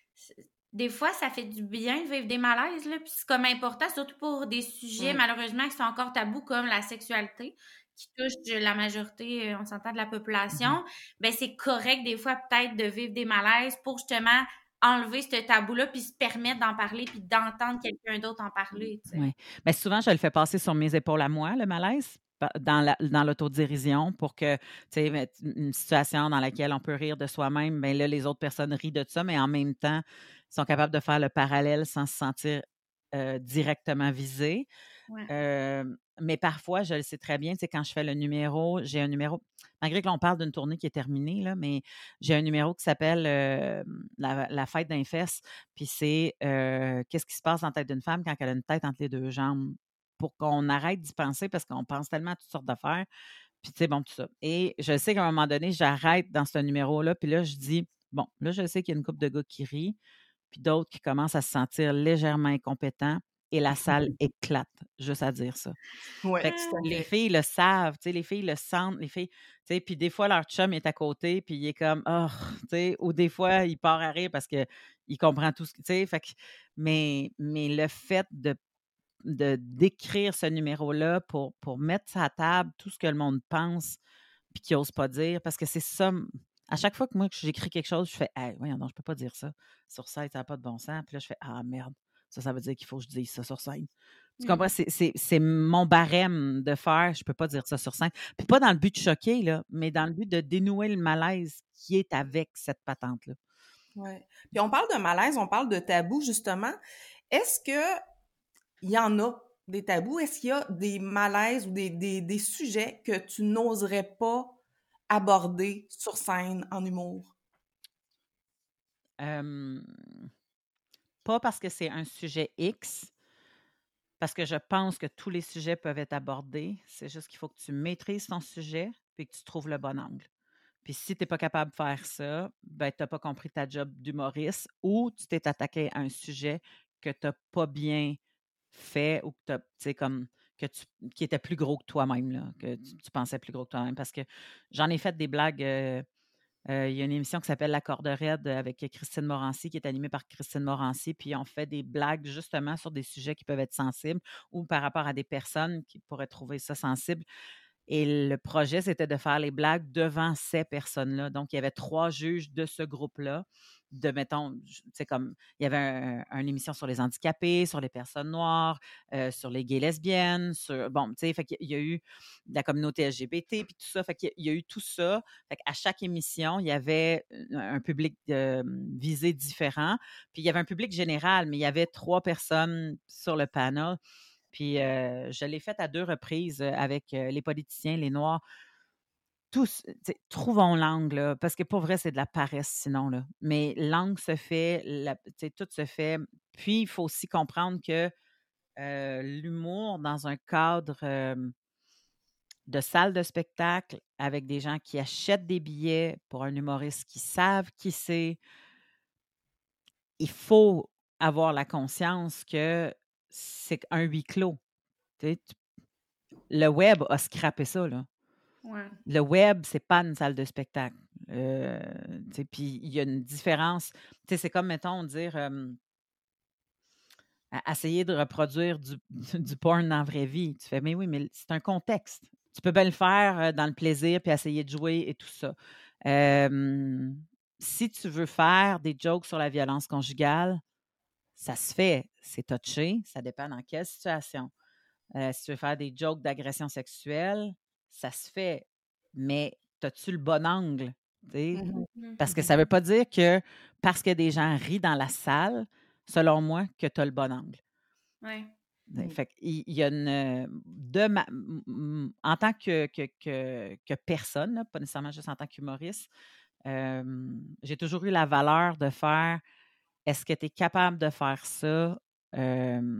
des fois, ça fait du bien de vivre des malaises. Là, puis c'est comme important, surtout pour des sujets, mm. malheureusement, qui sont encore tabous, comme la sexualité, qui touche la majorité, on s'entend, de la population. Mm. Bien, c'est correct, des fois, peut-être, de vivre des malaises pour justement... enlever ce tabou-là, puis se permettre d'en parler, puis d'entendre quelqu'un d'autre en parler. Tu sais. Oui. Bien, souvent, je le fais passer sur mes épaules à moi, le malaise, dans, la, dans l'autodérision, pour que, tu sais, une situation dans laquelle on peut rire de soi-même, bien là, les autres personnes rient de ça, mais en même temps, ils sont capables de faire le parallèle sans se sentir euh, directement visés. Ouais. Euh, mais parfois, je le sais très bien, tu sais, quand je fais le numéro, j'ai un numéro, malgré que l'on parle d'une tournée qui est terminée, là, mais j'ai un numéro qui s'appelle euh, la, la fête d'un fesse, puis c'est euh, qu'est-ce qui se passe dans la tête d'une femme quand elle a une tête entre les deux jambes, pour qu'on arrête d'y penser parce qu'on pense tellement à toutes sortes d'affaires, puis tu sais, bon, tout ça. Et je sais qu'à un moment donné, j'arrête dans ce numéro-là, puis là, je dis, bon, là, je sais qu'il y a une couple de gars qui rient, puis d'autres qui commencent à se sentir légèrement incompétents, et la salle éclate, juste à dire ça. Ouais, fait que les filles le savent, tu sais, les filles le sentent, les filles, tu sais, puis des fois, leur chum est à côté, puis il est comme, oh, tu sais, ou des fois, il part à rire parce qu'il comprend tout ce que, tu sais, fait que, mais, mais le fait de, de d'écrire ce numéro-là pour, pour mettre sur la table tout ce que le monde pense, puis qu'il n'ose pas dire, parce que c'est ça, à chaque fois que moi, que j'écris quelque chose, je fais, hey, voyons, non, je peux pas dire ça, sur scène, ça n'a pas de bon sens, puis là, je fais, ah, merde. Ça, ça veut dire qu'il faut que je dise ça sur scène. Tu mmh. comprends? C'est, c'est, c'est mon barème de faire. Je ne peux pas dire ça sur scène. Puis pas dans le but de choquer, là, mais dans le but de dénouer le malaise qui est avec cette patente-là. Ouais. Puis on parle de malaise, on parle de tabou, justement. Est-ce que il y en a des tabous? Est-ce qu'il y a des malaises ou des, des, des sujets que tu n'oserais pas aborder sur scène en humour? Euh, pas parce que c'est un sujet X, parce que je pense que tous les sujets peuvent être abordés. C'est juste qu'il faut que tu maîtrises ton sujet puis que tu trouves le bon angle. Puis si tu n'es pas capable de faire ça, ben, tu n'as pas compris ta job d'humoriste ou tu t'es attaqué à un sujet que tu n'as pas bien fait ou que tu sais, comme que tu, qui était plus gros que toi-même, là, que tu, tu pensais plus gros que toi-même. Parce que j'en ai fait des blagues. euh, euh, Il y a une émission qui s'appelle La Corde raide avec Christine Morancy, qui est animée par Christine Morancy, puis on fait des blagues justement sur des sujets qui peuvent être sensibles ou par rapport à des personnes qui pourraient trouver ça sensible. Et le projet, c'était de faire les blagues devant ces personnes-là. Donc, il y avait trois juges de ce groupe-là. De, mettons, tu sais, comme, il y avait un, une émission sur les handicapés, sur les personnes noires, euh, sur les gays lesbiennes, sur, bon, tu sais, fait qu'il y a eu la communauté L G B T, puis tout ça. Fait qu'il y a eu tout ça. Fait qu'à chaque émission, il y avait un public euh, visé différent. Puis, il y avait un public général, mais il y avait trois personnes sur le panel. Puis euh, je l'ai faite à deux reprises avec euh, les politiciens, les Noirs. Tous, trouvons l'angle, là, parce que pour vrai, c'est de la paresse sinon. Là. Mais l'angle se fait, la, tout se fait. Puis, il faut aussi comprendre que euh, l'humour dans un cadre euh, de salle de spectacle avec des gens qui achètent des billets pour un humoriste qui savent qui c'est, il faut avoir la conscience que c'est un huis clos. Tu, le web a scrappé ça, là. Ouais. Le web, c'est pas une salle de spectacle. Euh, puis il y a une différence. C'est comme, mettons, dire euh, essayer de reproduire du, du porn dans la vraie vie. Tu fais, mais oui, mais c'est un contexte. Tu peux bien le faire dans le plaisir puis essayer de jouer et tout ça. Euh, si tu veux faire des jokes sur la violence conjugale, ça se fait. C'est touché. Ça dépend dans quelle situation. Euh, si tu veux faire des jokes d'agression sexuelle, ça se fait. Mais as-tu le bon angle? Mm-hmm. Parce que ça ne veut pas dire que parce que des gens rient dans la salle, selon moi, que tu as le bon angle. Oui. Fait il y a une. De ma, en tant que, que, que, que personne, là, pas nécessairement juste en tant qu'humoriste, euh, j'ai toujours eu la valeur de faire est-ce que tu es capable de faire ça euh,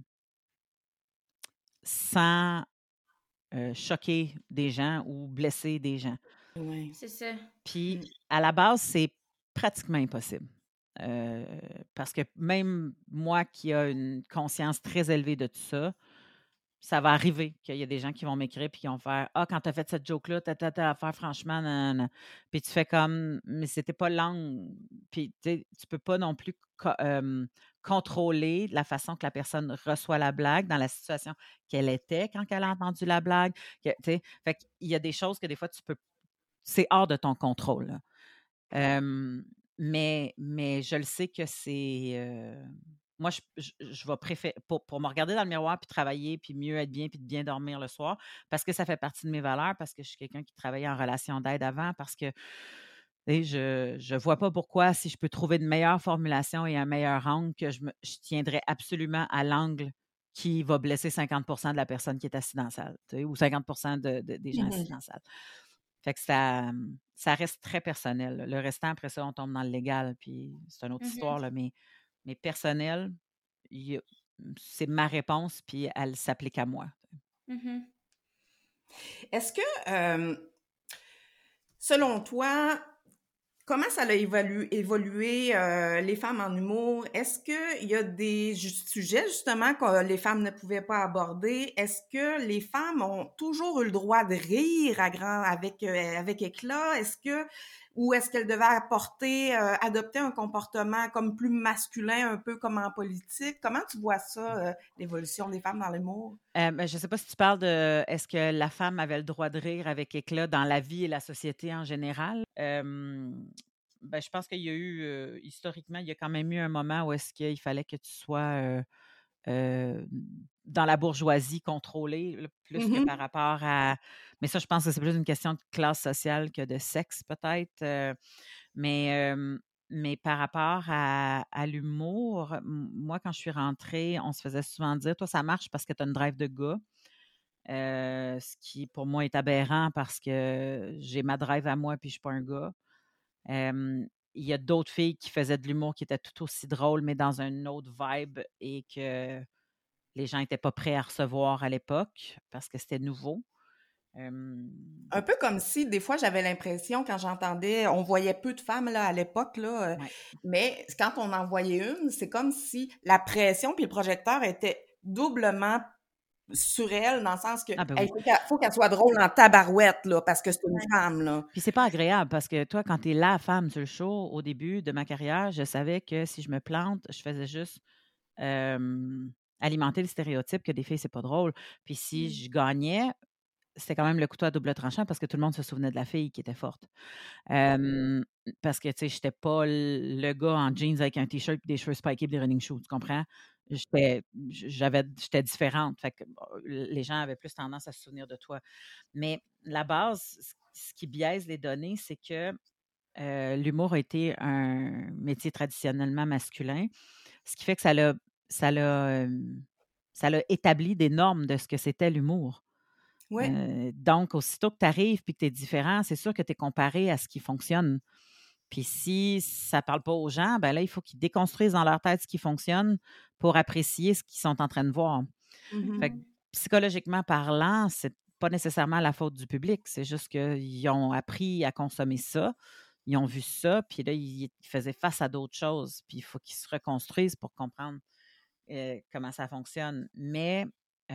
sans euh, choquer des gens ou blesser des gens. Oui. C'est ça. Puis, à la base, c'est pratiquement impossible. Euh, parce que même moi qui ai une conscience très élevée de tout ça, ça va arriver qu'il y a des gens qui vont m'écrire puis qui vont faire « Ah, quand tu as fait cette joke-là, t'as t'as affaire, franchement, nan, nan. » Puis tu fais comme « Mais c'était pas l'angle. » Puis tu peux pas non plus co- euh, contrôler la façon que la personne reçoit la blague dans la situation qu'elle était quand elle a entendu la blague. Que, fait qu'il y a des choses que des fois, tu peux... C'est hors de ton contrôle. Là. Euh, mais, mais je le sais que c'est... Euh, moi, je, je, je vais préférer, pour, pour me regarder dans le miroir, puis travailler, puis mieux être bien, puis de bien dormir le soir, parce que ça fait partie de mes valeurs, parce que je suis quelqu'un qui travaillait en relation d'aide avant, parce que je ne vois pas pourquoi, si je peux trouver une meilleure formulation et un meilleur angle, que je, me, je tiendrais absolument à l'angle qui va blesser cinquante pour cent de la personne qui est assise dans la salle, ou cinquante pour cent de, de, des gens assis dans la salle. Fait que ça, ça reste très personnel. Le restant, après ça, on tombe dans le légal, puis c'est une autre mm-hmm. histoire, là, mais, mais personnel, il, c'est ma réponse, puis elle s'applique à moi. Mm-hmm. Est-ce que, euh, selon toi, comment ça a évolué, évolué euh, les femmes en humour? Est-ce qu'il y a des sujets, justement, que les femmes ne pouvaient pas aborder? Est-ce que les femmes ont toujours eu le droit de rire à grand, avec, euh, avec éclat? Est-ce que, ou est-ce qu'elles devaient apporter, euh, adopter un comportement comme plus masculin, un peu comme en politique? Comment tu vois ça, euh, l'évolution des femmes dans l'humour? Euh, ben, je ne sais pas si tu parles de est-ce que la femme avait le droit de rire avec éclat dans la vie et la société en général. Euh, ben, je pense qu'il y a eu, euh, historiquement, il y a quand même eu un moment où est-ce qu'il fallait que tu sois euh, euh, dans la bourgeoisie contrôlée, là, plus mm-hmm. que par rapport à... Mais ça, je pense que c'est plus une question de classe sociale que de sexe, peut-être. Euh, mais... Euh, mais par rapport à, à l'humour, m- moi, quand je suis rentrée, on se faisait souvent dire, toi, ça marche parce que tu as une drive de gars. Euh, ce qui, pour moi, est aberrant parce que j'ai ma drive à moi puis je suis pas un gars. Euh, il y a d'autres filles qui faisaient de l'humour qui étaient tout aussi drôles, mais dans un autre vibe et que les gens n'étaient pas prêts à recevoir à l'époque parce que c'était nouveau. Euh, Un peu comme si, des fois, j'avais l'impression, quand j'entendais, on voyait peu de femmes là, à l'époque, là, euh, ouais. mais quand on en voyait une, c'est comme si la pression puis le projecteur était doublement sur elle, dans le sens que Ah ben hey, oui. faut qu'elle, faut qu'elle soit drôle en tabarouette, là, parce que c'est une Ouais. femme, là. Puis c'est pas agréable parce que toi, quand tu es la femme sur le show, au début de ma carrière, je savais que si je me plante, je faisais juste euh, alimenter le stéréotype que des filles, c'est pas drôle. Puis si je gagnais, c'était quand même le couteau à double tranchant parce que tout le monde se souvenait de la fille qui était forte. Euh, parce que, tu sais, j'étais pas le le gars en jeans avec un T-shirt et des cheveux spikés et des running shoes, tu comprends? J'étais, j'avais, j'étais différente. Fait que bon, les gens avaient plus tendance à se souvenir de toi. Mais la base, ce ce qui biaise les données, c'est que euh, l'humour a été un métier traditionnellement masculin, ce qui fait que ça l'a, ça l'a, euh, ça l'a établi des normes de ce que c'était l'humour. Ouais. Euh, donc, aussitôt que tu arrives et que tu es différent, c'est sûr que tu es comparé à ce qui fonctionne. Puis si ça ne parle pas aux gens, ben là, il faut qu'ils déconstruisent dans leur tête ce qui fonctionne pour apprécier ce qu'ils sont en train de voir. Mhm. Fait que, psychologiquement parlant, c'est pas nécessairement la faute du public. C'est juste qu'ils ont appris à consommer ça. Ils ont vu ça, puis là, ils faisaient face à d'autres choses. Puis il faut qu'ils se reconstruisent pour comprendre euh, comment ça fonctionne. Mais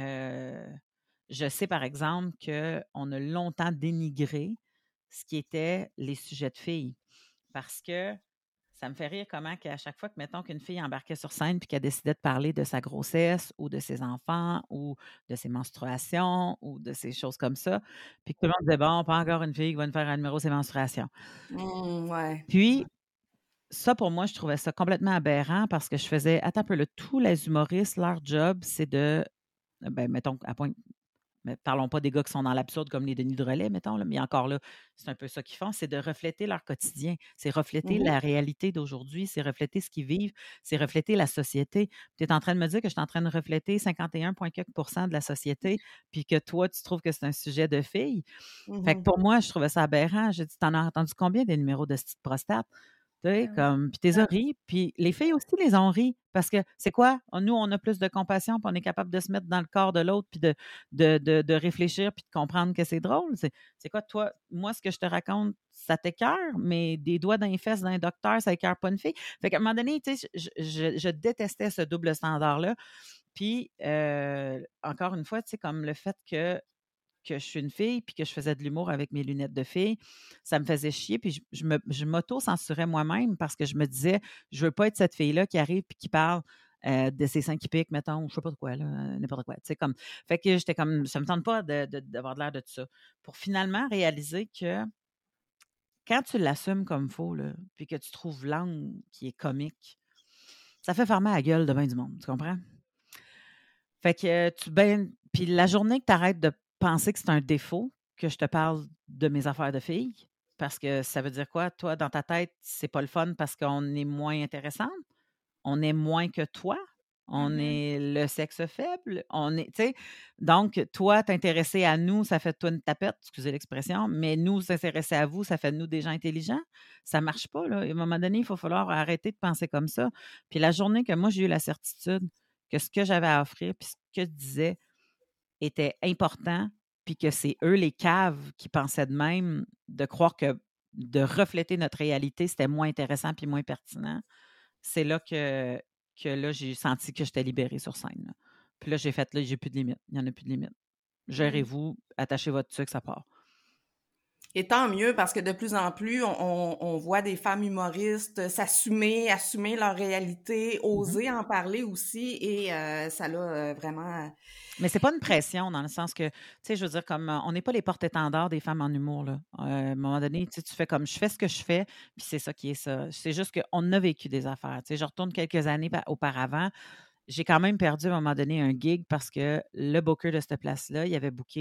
euh, je sais, par exemple, qu'on a longtemps dénigré ce qui était les sujets de filles. Parce que ça me fait rire comment qu'à chaque fois que, mettons, qu'une fille embarquait sur scène puis qu'elle décidait de parler de sa grossesse ou de ses enfants ou de ses menstruations ou de ces choses comme ça, puis que tout le monde disait, bon, pas encore une fille qui va nous faire un numéro sur ses menstruations. Mm, ouais. Puis, ça, pour moi, je trouvais ça complètement aberrant parce que je faisais, attends un peu, là, tous les humoristes, leur job, c'est de, ben, mettons, à point, mais parlons pas des gars qui sont dans l'absurde comme les Denis de Relais, mettons, là, mais encore là, c'est un peu ça qu'ils font, c'est de refléter leur quotidien, c'est refléter Mhm. la réalité d'aujourd'hui, c'est refléter ce qu'ils vivent, c'est refléter la société. Tu es en train de me dire que je suis en train de refléter cinquante et un virgule quelques pour cent de la société, puis que toi, tu trouves que c'est un sujet de fille. Fait que Mhm. pour moi, je trouvais ça aberrant. J'ai dit, t'en as entendu combien des numéros de petite prostate? Tu sais, Ah oui. comme, puis t'es as ri, puis les filles aussi les ont ri, parce que c'est quoi? Nous, on a plus de compassion, puis on est capable de se mettre dans le corps de l'autre, puis de, de, de, de réfléchir, puis de comprendre que c'est drôle. C'est, c'est quoi, toi? Moi, ce que je te raconte, ça t'écoeure, mais des doigts dans les fesses d'un docteur, ça écoeure pas une fille. Fait qu'à un moment donné, tu sais, je, je, je détestais ce double standard-là. Puis, euh, encore une fois, tu sais, comme le fait que que je suis une fille puis que je faisais de l'humour avec mes lunettes de fille, ça me faisait chier. Puis je, je, me, je m'auto-censurais moi-même parce que je me disais, je veux pas être cette fille-là qui arrive puis qui parle euh, de ses seins qui piquent, mettons, je sais pas de quoi, là, n'importe quoi. Tu sais, comme, fait que j'étais comme, ça me tente pas de, de, d'avoir de l'air de tout ça. Pour finalement réaliser que quand tu l'assumes comme faux, là, puis que tu trouves l'angle qui est comique, ça fait fermer la gueule de bien du monde, tu comprends? Fait que euh, tu ben, puis la journée que tu arrêtes de penser que c'est un défaut que je te parle de mes affaires de filles, parce que ça veut dire quoi? Toi, dans ta tête, c'est pas le fun parce qu'on est moins intéressante, on est moins que toi, on Mhm. est le sexe faible, on est, tu sais, donc toi, t'intéresser à nous, ça fait de toi une tapette, excusez l'expression, mais nous, s'intéresser à vous, ça fait de nous des gens intelligents. Ça marche pas, là. À un moment donné, il va falloir arrêter de penser comme ça. Puis la journée que moi, j'ai eu la certitude que ce que j'avais à offrir, puis ce que je disais était important, puis que c'est eux, les caves, qui pensaient de même, de croire que de refléter notre réalité, c'était moins intéressant puis moins pertinent. C'est là que, que là, j'ai senti que j'étais libérée sur scène. Là. Puis là, j'ai fait, là, j'ai plus de limite. Il n'y en a plus de limite. Gérez-vous, attachez votre truc, ça part. Et tant mieux, parce que de plus en plus, on, on, on voit des femmes humoristes s'assumer, assumer leur réalité, oser mm-hmm. en parler aussi, et euh, ça l'a euh, vraiment... Mais c'est pas une pression, dans le sens que, tu sais, je veux dire, comme on n'est pas les porte-étendards des femmes en humour, là. Euh, à un moment donné, tu sais, tu fais comme, je fais ce que je fais, puis c'est ça qui est ça. C'est juste qu'on a vécu des affaires. Tu sais, je retourne quelques années auparavant, j'ai quand même perdu à un moment donné un gig parce que le booker de cette place-là, il avait booké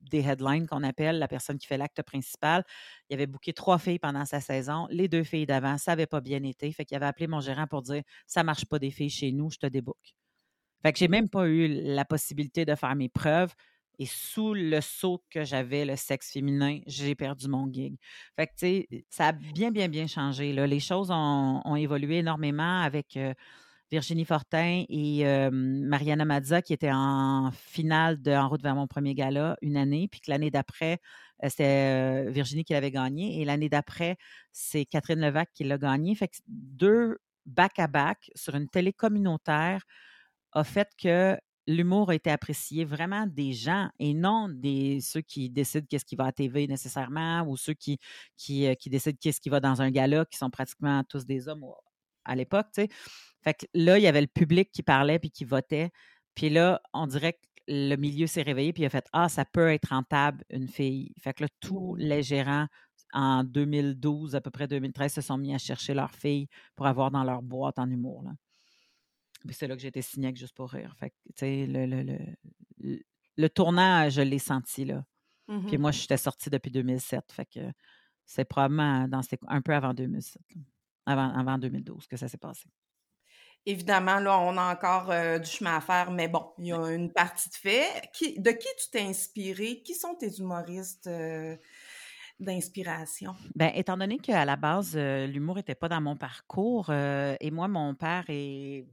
des headlines qu'on appelle, la personne qui fait l'acte principal. Il avait booké trois filles pendant sa saison. Les deux filles d'avant, ça n'avait pas bien été. Fait qu'il avait appelé mon gérant pour dire « Ça ne marche pas des filles chez nous, je te débook. » Fait que j'ai même pas eu la possibilité de faire mes preuves. Et sous le sceau que j'avais, le sexe féminin, j'ai perdu mon gig. Fait que, tu sais, ça a bien, bien, bien changé, là. Les choses ont, ont évolué énormément avec euh, Virginie Fortin et euh, Mariana Mazza qui étaient en finale de En route vers mon premier gala une année, puis que l'année d'après, euh, c'était euh, Virginie qui l'avait gagné. Et l'année d'après, c'est Catherine Levac qui l'a gagné. Fait que deux back-à-back sur une télé communautaire a fait que l'humour a été apprécié vraiment des gens et non des ceux qui décident qu'est-ce qui va à T V nécessairement ou ceux qui, qui, qui décident qu'est-ce qui va dans un gala, qui sont pratiquement tous des hommes à l'époque, tu sais. Fait que là, il y avait le public qui parlait puis qui votait. Puis là, on dirait que le milieu s'est réveillé puis il a fait « Ah, ça peut être rentable, une fille. » Fait que là, tous les gérants en deux mille douze, à peu près deux mille treize, se sont mis à chercher leurs filles pour avoir dans leur boîte en humour, là. Puis c'est là que j'ai été signée avec Juste pour rire. Fait que, tu sais, le, le, le, le, le tournant, je l'ai senti, là. Mm-hmm. Puis moi, j'étais sortie depuis deux mille sept. Fait que c'est probablement dans, un peu avant deux mille sept, là. Avant, avant deux mille douze que ça s'est passé. Évidemment, là, on a encore euh, du chemin à faire, mais bon, il y a une partie de fait. Qui, de qui tu t'es inspirée? Qui sont tes humoristes euh, d'inspiration? Bien, étant donné qu'à la base, euh, l'humour n'était pas dans mon parcours, euh, et moi, mon père est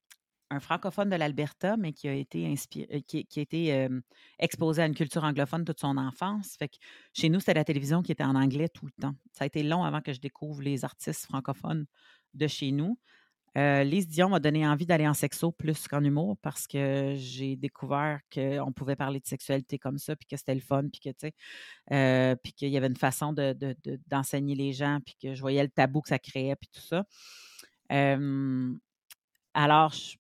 un francophone de l'Alberta, mais qui a été, inspiré, qui, qui a été euh, exposé à une culture anglophone toute son enfance. Fait que chez nous, c'était la télévision qui était en anglais tout le temps. Ça a été long avant que je découvre les artistes francophones de chez nous. Euh, Lise Dion m'a donné envie d'aller en sexo plus qu'en humour parce que j'ai découvert qu'on pouvait parler de sexualité comme ça, puis que c'était le fun, puis que, tu sais, euh, puis qu'il y avait une façon de, de, de, d'enseigner les gens, puis que je voyais le tabou que ça créait, puis tout ça. Euh, alors, je,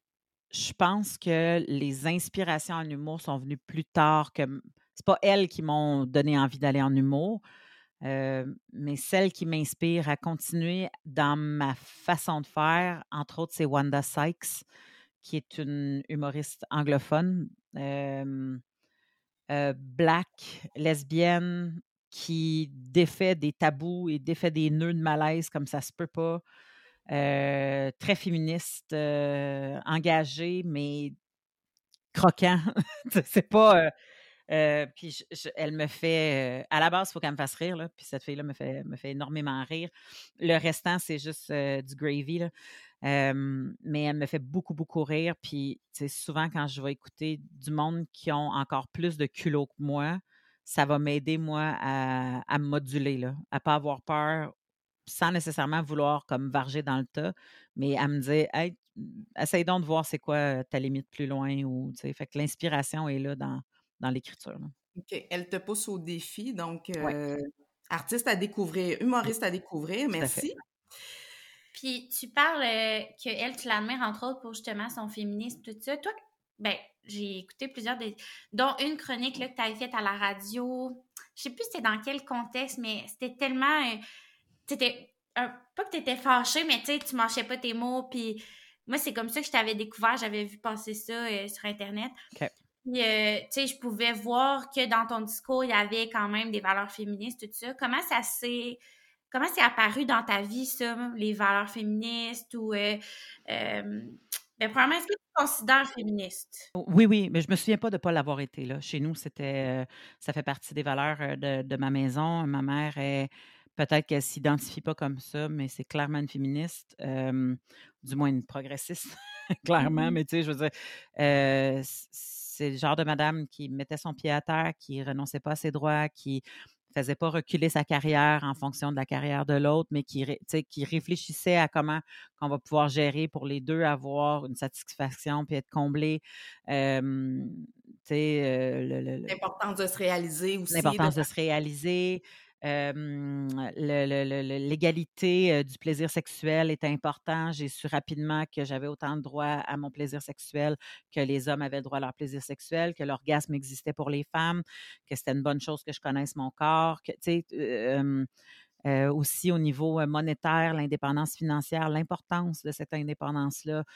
je pense que les inspirations en humour sont venues plus tard que... C'est pas elles qui m'ont donné envie d'aller en humour, Euh, mais celle qui m'inspire à continuer dans ma façon de faire, entre autres, c'est Wanda Sykes, qui est une humoriste anglophone, euh, euh, black, lesbienne, qui défait des tabous et défait des nœuds de malaise comme ça se peut pas. Euh, très féministe, euh, engagée, mais croquant. C'est pas... Euh, Euh, puis je, je, elle me fait... Euh, à la base, il faut qu'elle me fasse rire, là, puis cette fille-là me fait, me fait énormément rire. Le restant, c'est juste euh, du gravy, là. Euh, mais elle me fait beaucoup, beaucoup rire. Puis souvent, quand je vais écouter du monde qui ont encore plus de culot que moi, ça va m'aider, moi, à, à me moduler, là, à ne pas avoir peur sans nécessairement vouloir comme varger dans le tas, mais à me dire « Hey, essaye donc de voir c'est quoi ta limite plus loin. » Ou, fait que l'inspiration est là dans... dans l'écriture. Là. OK. Elle te pousse au défi. Donc, euh, ouais. artiste à découvrir, humoriste à découvrir. Tout merci. Puis, tu parles euh, qu'elle, tu l'admires, entre autres, pour justement son féminisme, tout ça. Toi, ben, j'ai écouté plusieurs, des... dont une chronique là, que tu avais faite à la radio. Je sais plus c'était dans quel contexte, mais c'était tellement... Euh, t'étais... Euh, pas que tu étais fâchée, mais tu sais, tu mâchais pas tes mots. Puis, moi, c'est comme ça que je t'avais découvert. J'avais vu passer ça euh, sur Internet. OK. Puis, euh, tu sais, je pouvais voir que dans ton discours, il y avait quand même des valeurs féministes, tout ça. Comment ça s'est... Comment c'est apparu dans ta vie, ça, les valeurs féministes ou... Euh, euh, ben, premièrement, est-ce que tu te considères féministe? Oui, oui, mais je me souviens pas de ne pas l'avoir été, là. Chez nous, c'était... Euh, ça fait partie des valeurs de, de ma maison. Ma mère est... Peut-être qu'elle ne s'identifie pas comme ça, mais c'est clairement une féministe, euh, du moins une progressiste, clairement. Mm-hmm. Mais tu sais, je veux dire... Euh, c'est le genre de madame qui mettait son pied à terre, qui renonçait pas à ses droits, qui faisait pas reculer sa carrière en fonction de la carrière de l'autre, mais qui, qui réfléchissait à comment on va pouvoir gérer pour les deux, avoir une satisfaction puis être comblés. Euh, euh, le, le, l'importance de se réaliser aussi. L'importance de, de se réaliser. Euh, le, le, le, l'égalité euh, du plaisir sexuel est important. J'ai su rapidement que j'avais autant de droit à mon plaisir sexuel que les hommes avaient le droit à leur plaisir sexuel, que l'orgasme existait pour les femmes, que c'était une bonne chose que je connaisse mon corps, que, tu sais, euh, euh, aussi au niveau monétaire, l'indépendance financière, l'importance de cette indépendance-là.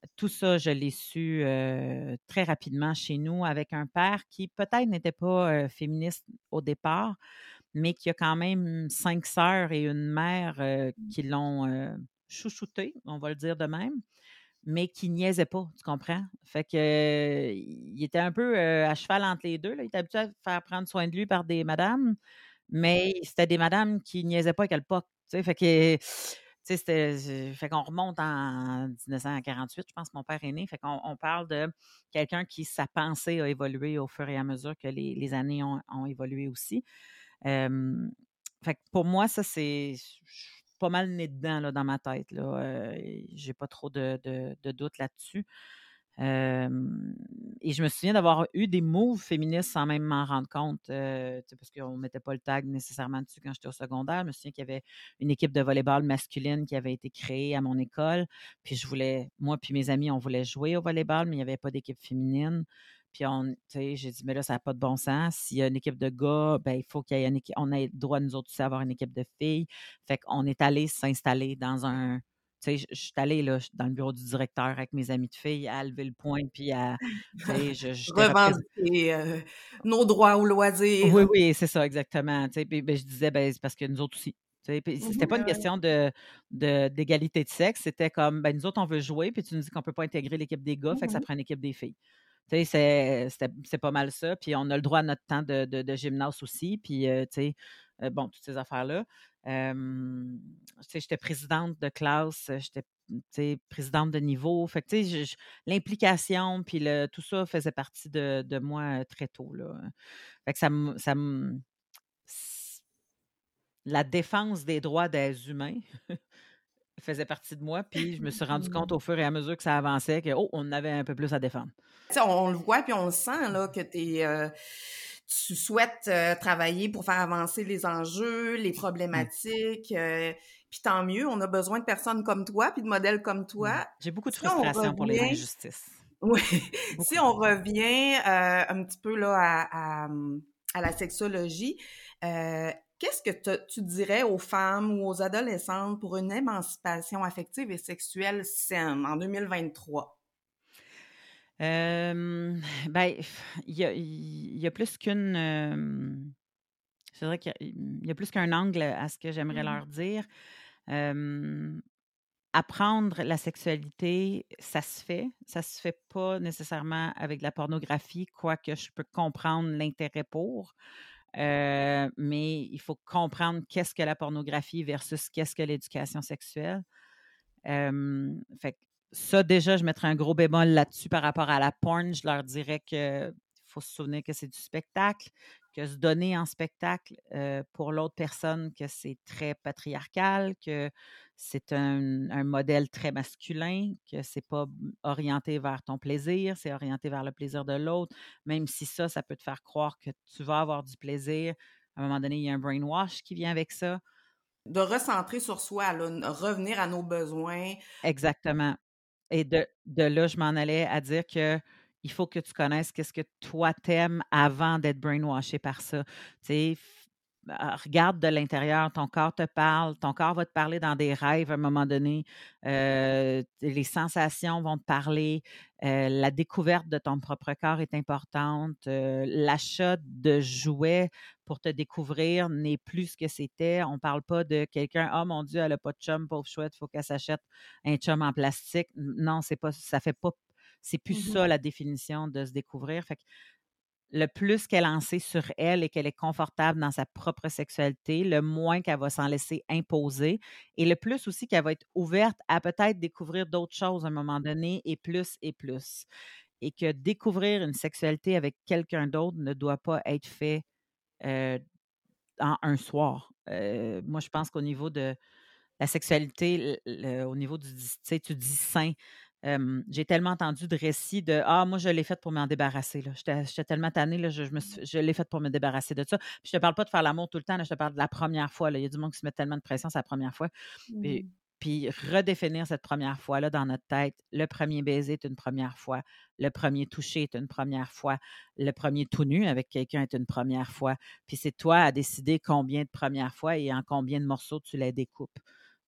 tout ça, je l'ai su euh, très rapidement chez nous avec un père qui peut-être n'était pas euh, féministe au départ, mais qui a quand même cinq sœurs et une mère euh, qui l'ont euh, chouchouté, on va le dire de même, mais qui niaisait pas, tu comprends? Fait que euh, il était un peu euh, à cheval entre les deux. Là. Il était habitué à faire prendre soin de lui par des madames, mais c'était des madames qui niaisaient pas avec le poc. Tu sais, fait que, tu sais, c'était, fait qu'on remonte en dix-neuf cent quarante-huit, je pense que mon père est né. Fait qu'on on parle de quelqu'un qui, sa pensée a évolué au fur et à mesure que les, les années ont, ont évolué aussi. Euh, fait que pour moi, ça, c'est. Je suis pas mal né dedans là, dans ma tête. Là. Euh, j'ai pas trop de, de, de doute là-dessus. Euh, et je me souviens d'avoir eu des moves féministes sans même m'en rendre compte, euh, parce qu'on ne mettait pas le tag nécessairement dessus quand j'étais au secondaire. Je me souviens qu'il y avait une équipe de volleyball masculine qui avait été créée à mon école. Puis je voulais, moi puis mes amis, on voulait jouer au volleyball, mais il n'y avait pas d'équipe féminine. Puis on, tu sais, j'ai dit, mais là, ça n'a pas de bon sens. S'il y a une équipe de gars, ben, il faut qu'il y ait une équipe, on ait le droit, nous autres aussi, d'avoir une équipe de filles. Fait qu'on est allé s'installer dans un. Tu sais, je, je suis allée là, dans le bureau du directeur avec mes amis de filles à lever le poing, puis à. Tu sais, je, j'étais représentée. Revendiquer euh, nos droits au loisir. Oui, oui, c'est ça, exactement. Tu sais, puis ben, je disais, ben, c'est parce que nous autres aussi. Tu sais, puis c'était pas une question de, de, d'égalité de sexe, c'était comme, ben, nous autres, on veut jouer, puis tu nous dis qu'on peut pas intégrer l'équipe des gars, fait que ça prend une équipe des filles. Tu sais, c'est, c'était- c'est pas mal ça. Puis on a le droit à notre temps de, de, de gymnase aussi. Puis, euh, tu sais, euh, bon, toutes ces affaires-là. Euh, tu sais, j'étais présidente de classe, euh, j'étais, tu sais, présidente de niveau. Fait que, tu sais, je- je- l'implication, puis le, tout ça faisait partie de, de moi euh, très tôt, là. Fait que ça me, ça me- s- la défense des droits des humains faisait partie de moi. Puis je me suis rendu compte au fur et à mesure que ça avançait que, oh, on avait un peu plus à défendre. Tu sais, on, on le voit puis on le sent là que t'es, euh, tu souhaites euh, travailler pour faire avancer les enjeux, les Mm. problématiques. Euh, puis tant mieux, on a besoin de personnes comme toi puis de modèles comme Mm. toi. J'ai beaucoup de Si on frustration pour les revient, injustices. oui, Beaucoup. si on revient euh, un petit peu là à, à, à la sexologie, euh, qu'est-ce que te- tu dirais aux femmes ou aux adolescentes pour une émancipation affective et sexuelle saine en deux mille vingt-trois? Euh, ben, il y a, il y a plus qu'une. euh, c'est vrai qu'il y a, il y a plus qu'un angle à ce que j'aimerais Mhm. leur dire. Euh, apprendre la sexualité, ça se fait. Ça se fait pas nécessairement avec de la pornographie, quoique je peux comprendre l'intérêt pour. Euh, mais il faut comprendre qu'est-ce que la pornographie versus qu'est-ce que l'éducation sexuelle. Euh, fait que ça, déjà, je mettrais un gros bémol là-dessus par rapport à la porn. Je leur dirais qu'il faut se souvenir que c'est du spectacle, que se donner en spectacle euh, pour l'autre personne, que c'est très patriarcal, que c'est un, un modèle très masculin, que c'est pas orienté vers ton plaisir, c'est orienté vers le plaisir de l'autre, même si ça, ça peut te faire croire que tu vas avoir du plaisir. À un moment donné, il y a un brainwash qui vient avec ça. De recentrer sur soi, là, n- revenir à nos besoins. Exactement. Et de, de là, je m'en allais à dire que il faut que tu connaisses qu'est-ce que toi t'aimes avant d'être brainwashé par ça. Tu sais, f- euh, regarde de l'intérieur, ton corps te parle, ton corps va te parler dans des rêves à un moment donné, euh, les sensations vont te parler, euh, la découverte de ton propre corps est importante, euh, l'achat de jouets pour te découvrir n'est plus ce que c'était. On ne parle pas de quelqu'un, oh mon Dieu, elle n'a pas de chum, pauvre chouette, il faut qu'elle s'achète un chum en plastique. Non, c'est pas, ça fait pas, c'est plus Mhm. ça la définition de se découvrir. Fait que le plus qu'elle en sait sur elle et qu'elle est confortable dans sa propre sexualité, le moins qu'elle va s'en laisser imposer et le plus aussi qu'elle va être ouverte à peut-être découvrir d'autres choses à un moment donné et plus et plus. Et que découvrir une sexualité avec quelqu'un d'autre ne doit pas être fait euh, en un soir. Euh, moi, je pense qu'au niveau de la sexualité, le- le- au niveau du, tu sais, tu dis sain. Euh, j'ai tellement entendu de récits de Ah, moi, je l'ai fait pour m'en débarrasser. Là. J'étais, j'étais tellement tannée, là, je, je, me suis- je l'ai fait pour me débarrasser de ça. Puis je te parle pas de faire l'amour tout le temps, là, je te parle de la première fois. Là. Il y a du monde qui se met tellement de pression, c'est la première fois. Puis, Mhm. puis redéfinir cette première fois-là dans notre tête. Le premier baiser est une première fois. Le premier toucher est une première fois. Le premier tout nu avec quelqu'un est une première fois. Puis c'est toi à décider combien de premières fois et en combien de morceaux tu les découpes.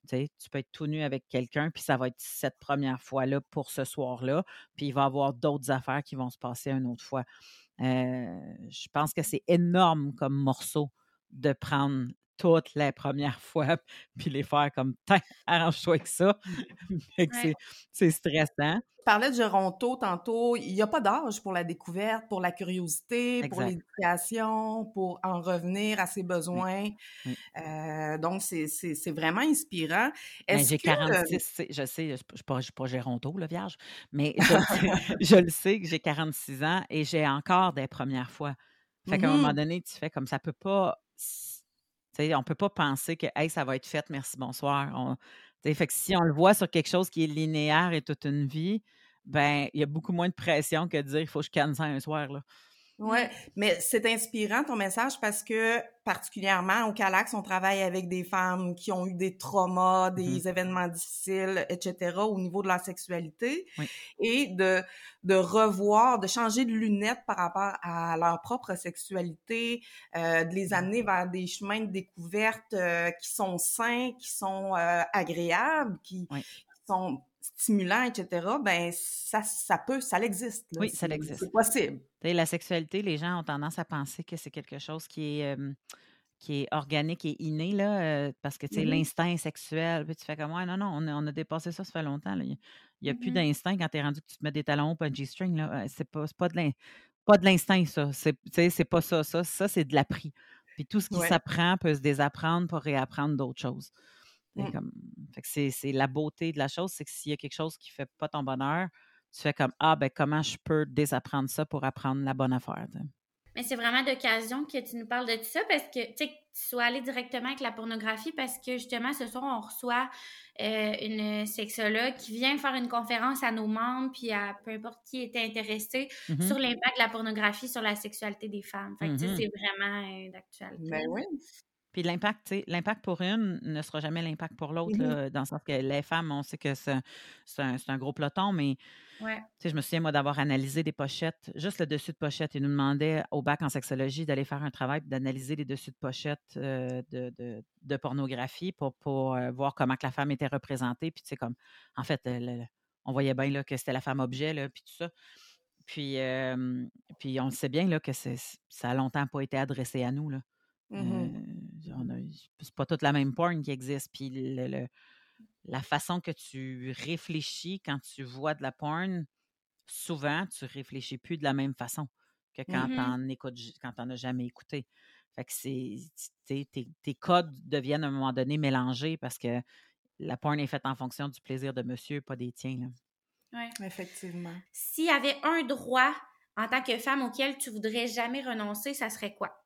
Tu sais, tu peux être tout nu avec quelqu'un, puis ça va être cette première fois-là pour ce soir-là, puis il va y avoir d'autres affaires qui vont se passer une autre fois. Euh, je pense que c'est énorme comme morceau de prendre toutes les premières fois, puis les faire comme « Tiens, arrange-toi avec ça ». Fait que Ouais. c'est, c'est stressant. Tu parlais de Geronto tantôt. Il n'y a pas d'âge pour la découverte, pour la curiosité, pour Exact. l'éducation, pour en revenir à ses Oui, besoin. oui. Euh, donc, c'est, c'est, c'est vraiment inspirant. Ben, Est-ce j'ai que... euh, quarante-six, tu sais, je sais, je ne suis pas, je suis pas Géronto, là, vierge, mais je, le sais- je le sais que j'ai quarante-six ans et j'ai encore des premières fois. Fait qu'à un moment mhm, donné, tu fais comme ça peut pas, s- tu sais, on peut pas penser que hey, ça va être fait, merci, bonsoir. On- tu sais, fait que si on le voit sur quelque chose qui est linéaire et toute une vie, ben il y a beaucoup moins de pression que de dire il faut que je canne ça un soir, là. Ouais, Mm. mais c'est inspirant ton message parce que particulièrement au Calax, on travaille avec des femmes qui ont eu des traumas, Mhm. des événements difficiles, et cetera au niveau de la sexualité Oui. et de de revoir, de changer de lunettes par rapport à leur propre sexualité, euh, de les amener vers des chemins de découverte euh, qui sont sains, qui sont euh, agréables, qui, Oui. qui sont stimulants, et cetera. Ben ça ça peut, ça existe là, Oui, ça c'est existe. c'est possible. Tu sais, la sexualité, les gens ont tendance à penser que c'est quelque chose qui est, euh, qui est organique et inné, là, euh, parce que, tu sais, Mhm. l'instinct sexuel, puis tu fais comme, ouais, non, non, on a, on a dépassé ça, ça fait longtemps, là. Il n'y a plus Mhm. d'instinct quand tu es rendu que tu te mets des talons hauts, pas un G-string, là. Euh, C'est pas, c'est pas de l'in- pas de l'instinct, ça. C'est, tu sais, c'est pas ça. Ça, ça c'est de l'appris. Puis tout ce qui Ouais. s'apprend peut se désapprendre pour réapprendre d'autres choses. C'est Mm. comme, fait que c'est, c'est la beauté de la chose, c'est que s'il y a quelque chose qui fait pas ton bonheur, tu fais comme, ah, ben, comment je peux désapprendre ça pour apprendre la bonne affaire, tu sais. Mais c'est vraiment d'occasion que tu nous parles de tout ça parce que, tu sais, que tu sois allé directement avec la pornographie parce que, justement, ce soir, on reçoit euh, une sexologue qui vient faire une conférence à nos membres puis à peu importe qui était intéressé Mhm. sur l'impact de la pornographie sur la sexualité des femmes. Fait que, tu sais, Mhm. c'est vraiment euh, d'actualité. Ben oui. Puis l'impact, tu sais, l'impact pour une ne sera jamais l'impact pour l'autre, Mhm. là, dans le sens que les femmes, on sait que c'est, c'est un, c'est un gros peloton, mais Ouais. tu sais, je me souviens, moi, d'avoir analysé des pochettes, juste le dessus de pochette. Ils nous demandaient au bac en sexologie d'aller faire un travail puis d'analyser les dessus de pochette euh, de, de, de pornographie pour, pour euh, voir comment que la femme était représentée. Puis, tu sais, comme, en fait, euh, le- le- on voyait bien là, que c'était la femme objet, là, puis tout ça. Puis, euh, puis on le sait bien là, que c'est, ça a longtemps pas été adressé à nous, là. Euh, Mhm. on a- c'est pas toute la même porn qui existe. Puis le- le- la façon que tu réfléchis quand tu vois de la porn, souvent, tu réfléchis plus de la même façon que quand Mm. Mhm. t'en écoutes, j- quand t'en as jamais écouté. Fait que c'est, tu sais, tes, tes codes deviennent à un moment donné mélangés parce que la porn est faite en fonction du plaisir de monsieur, pas des tiens, là. Ouais. Effectivement. S'il y avait un droit en tant que femme auquel tu voudrais jamais renoncer, ça serait quoi?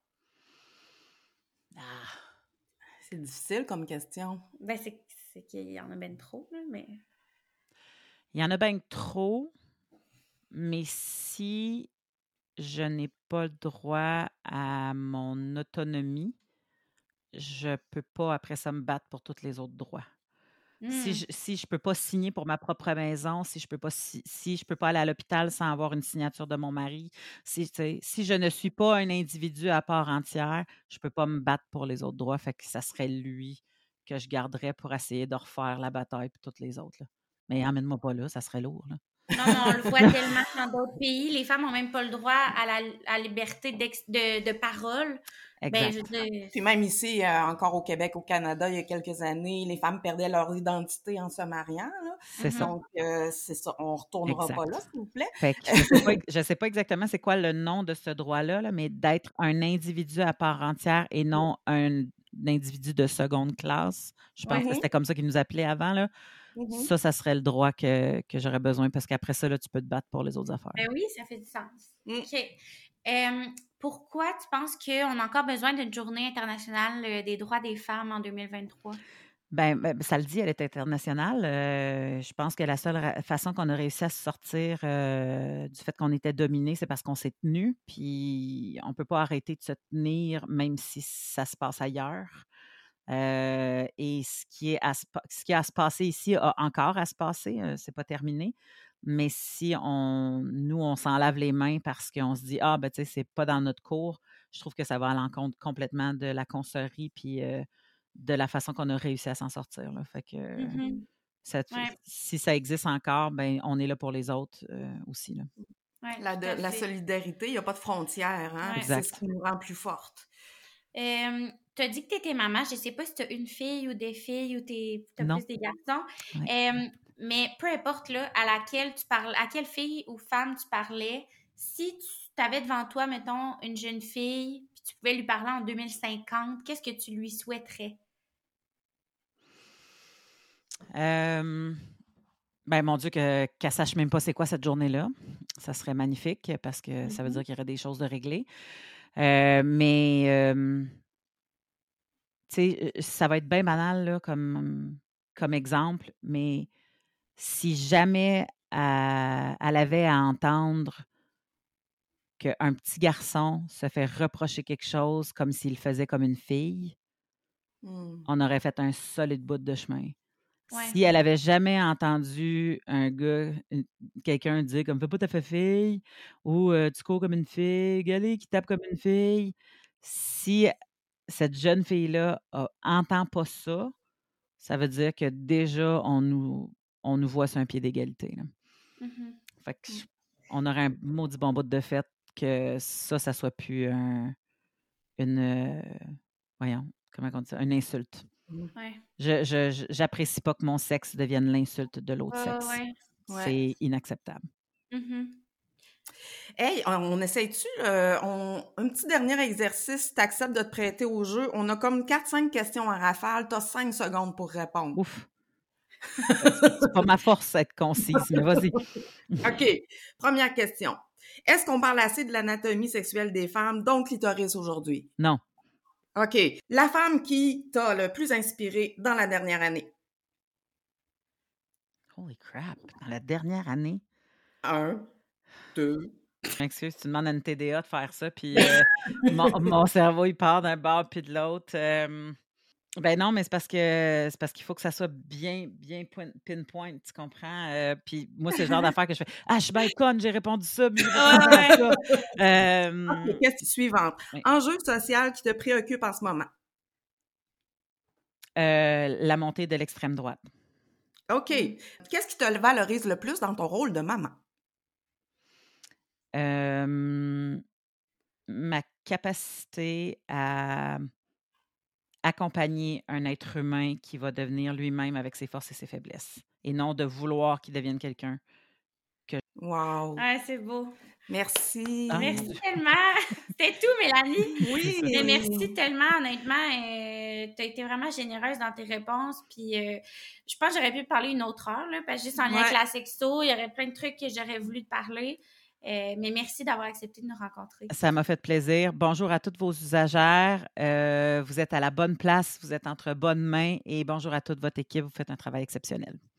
Ah, C'est difficile comme question. Ben, c'est, c'est qu'il y en a ben trop, là, mais... il y en a bien trop, mais si je n'ai pas le droit à mon autonomie, je peux pas après ça me battre pour tous les autres droits. Si Hmm. je si je peux pas signer pour ma propre maison, si je peux pas si, si je peux pas aller à l'hôpital sans avoir une signature de mon mari, si tu sais, si je ne suis pas un individu à part entière, je peux pas me battre pour les autres droits, fait que ça serait lui que je garderais pour essayer de refaire la bataille pour toutes les autres, là. Mais emmène-moi pas là, ça serait lourd, là. Non, mais on le voit tellement dans d'autres pays. Les femmes n'ont même pas le droit à la à liberté d'ex- de, de parole. Ben, je Exact. veux dire... Puis même ici, euh, encore au Québec, au Canada, il y a quelques années, les femmes perdaient leur identité en se mariant, là. C'est ça. Donc, euh, c'est ça. On retournera Exact. pas là, s'il vous plaît. Fait que je sais pas, je sais pas exactement c'est quoi le nom de ce droit-là, là, mais d'être un individu à part entière et non un individu de seconde classe. Je pense Ouais. que Mhm. c'était comme ça qu'ils nous appelaient avant, là. Mhm. Ça, ça serait le droit que, que j'aurais besoin parce qu'après ça, là, tu peux te battre pour les autres affaires. Ben oui, ça fait du sens. Mm. OK. Euh, pourquoi tu penses qu'on a encore besoin d'une journée internationale euh, des droits des femmes en deux mille vingt-trois? Ben, ben, ça le dit, elle est internationale. Euh, je pense que la seule ra- façon qu'on a réussi à se sortir euh, du fait qu'on était dominé, c'est parce qu'on s'est tenu. Puis on peut pas arrêter de se tenir, même si ça se passe ailleurs. Euh, et ce qui, est à se, pa- ce qui a à se passer ici a encore à se passer. Euh, c'est pas terminé. Mais si on, nous, on s'en lave les mains parce qu'on se dit, ah, ben, tu sais, c'est pas dans notre cours, je trouve que ça va à l'encontre complètement de la consorie puis euh, de la façon qu'on a réussi à s'en sortir. Là. Fait que Mhm. ça, Ouais. si ça existe encore, ben on est là pour les autres euh, aussi. Là. Ouais, La, tout de- à la fait. solidarité, il n'y a pas de frontières. Hein? Ouais. C'est Exact. ce qui nous rend plus fortes. Euh, tu as dit que tu étais maman. Je ne sais pas si tu as une fille ou des filles ou tu as Non. plus des garçons. Ouais. Euh, mais peu importe là, à laquelle tu parles, à quelle fille ou femme tu parlais, si tu avais devant toi, mettons, une jeune fille, puis tu pouvais lui parler en deux mille cinquante, qu'est-ce que tu lui souhaiterais? Euh, ben, mon Dieu, que, qu'elle sache même pas c'est quoi cette journée-là. Ça serait magnifique parce que mm-hmm. ça veut dire qu'il y aurait des choses de régler. Euh, mais, euh, tu sais, ça va être bien banal là, comme, comme exemple, mais si jamais elle, elle avait à entendre qu'un petit garçon se fait reprocher quelque chose comme s'il le faisait comme une fille, mm. on aurait fait un solide bout de chemin. Ouais. Si elle avait jamais entendu un gars, quelqu'un dire comme « fais pas ta fait fille » ou euh, « tu cours comme une fille »,« allez, qui tape comme une fille », si cette jeune fille-là euh, entend pas ça, ça veut dire que déjà, on nous, on nous voit sur un pied d'égalité. Là. Mm-hmm. Fait que mm. on aurait un maudit bon bout de fait que ça, ça soit plus un, une... Euh, voyons, comment on dit ça? Une insulte. Ouais. Je, je, j'apprécie pas que mon sexe devienne l'insulte de l'autre euh, sexe. Ouais. C'est ouais. inacceptable. Mm-hmm. Hey, on, on essaye-tu euh, on, un petit dernier exercice, tu acceptes de te prêter au jeu. On a comme quatre cinq questions en rafale. Tu as cinq secondes pour répondre. Ouf. C'est pas ma force être concise, mais vas-y. OK. Première question. Est-ce qu'on parle assez de l'anatomie sexuelle des femmes, donc clitoris aujourd'hui? Non. OK. La femme qui t'a le plus inspiré dans la dernière année? Holy crap. Dans la dernière année? Un, deux. Excuse, tu demandes à une T D A de faire ça, puis euh, mon, mon cerveau, il part d'un bord puis de l'autre. Euh, ben non, mais c'est parce que c'est parce qu'il faut que ça soit bien, bien point, pinpoint, tu comprends? Euh, puis moi, c'est le genre d'affaire que je fais « Ah, je suis bien conne, j'ai répondu ça, mais j'ai répondu à ça. Euh, » OK, question suivante. Oui. Enjeu social qui te préoccupe en ce moment? Euh, la montée de l'extrême droite. OK. Qu'est-ce qui te valorise le plus dans ton rôle de maman? Euh, ma capacité à accompagner un être humain qui va devenir lui-même avec ses forces et ses faiblesses, et non de vouloir qu'il devienne quelqu'un que... Wow! Ouais, c'est beau. Merci. Ah, merci tellement. C'était tout, Mélanie. Oui. Mais merci tellement, honnêtement. Euh, tu as été vraiment généreuse dans tes réponses. Puis, euh, je pense que j'aurais pu parler une autre heure, là, parce que juste en lien ouais. avec la sexo, il y aurait plein de trucs que j'aurais voulu te parler. Euh, mais merci d'avoir accepté de nous rencontrer. Ça m'a fait plaisir. Bonjour à toutes vos usagères. Euh, vous êtes à la bonne place, vous êtes entre bonnes mains et bonjour à toute votre équipe. Vous faites un travail exceptionnel.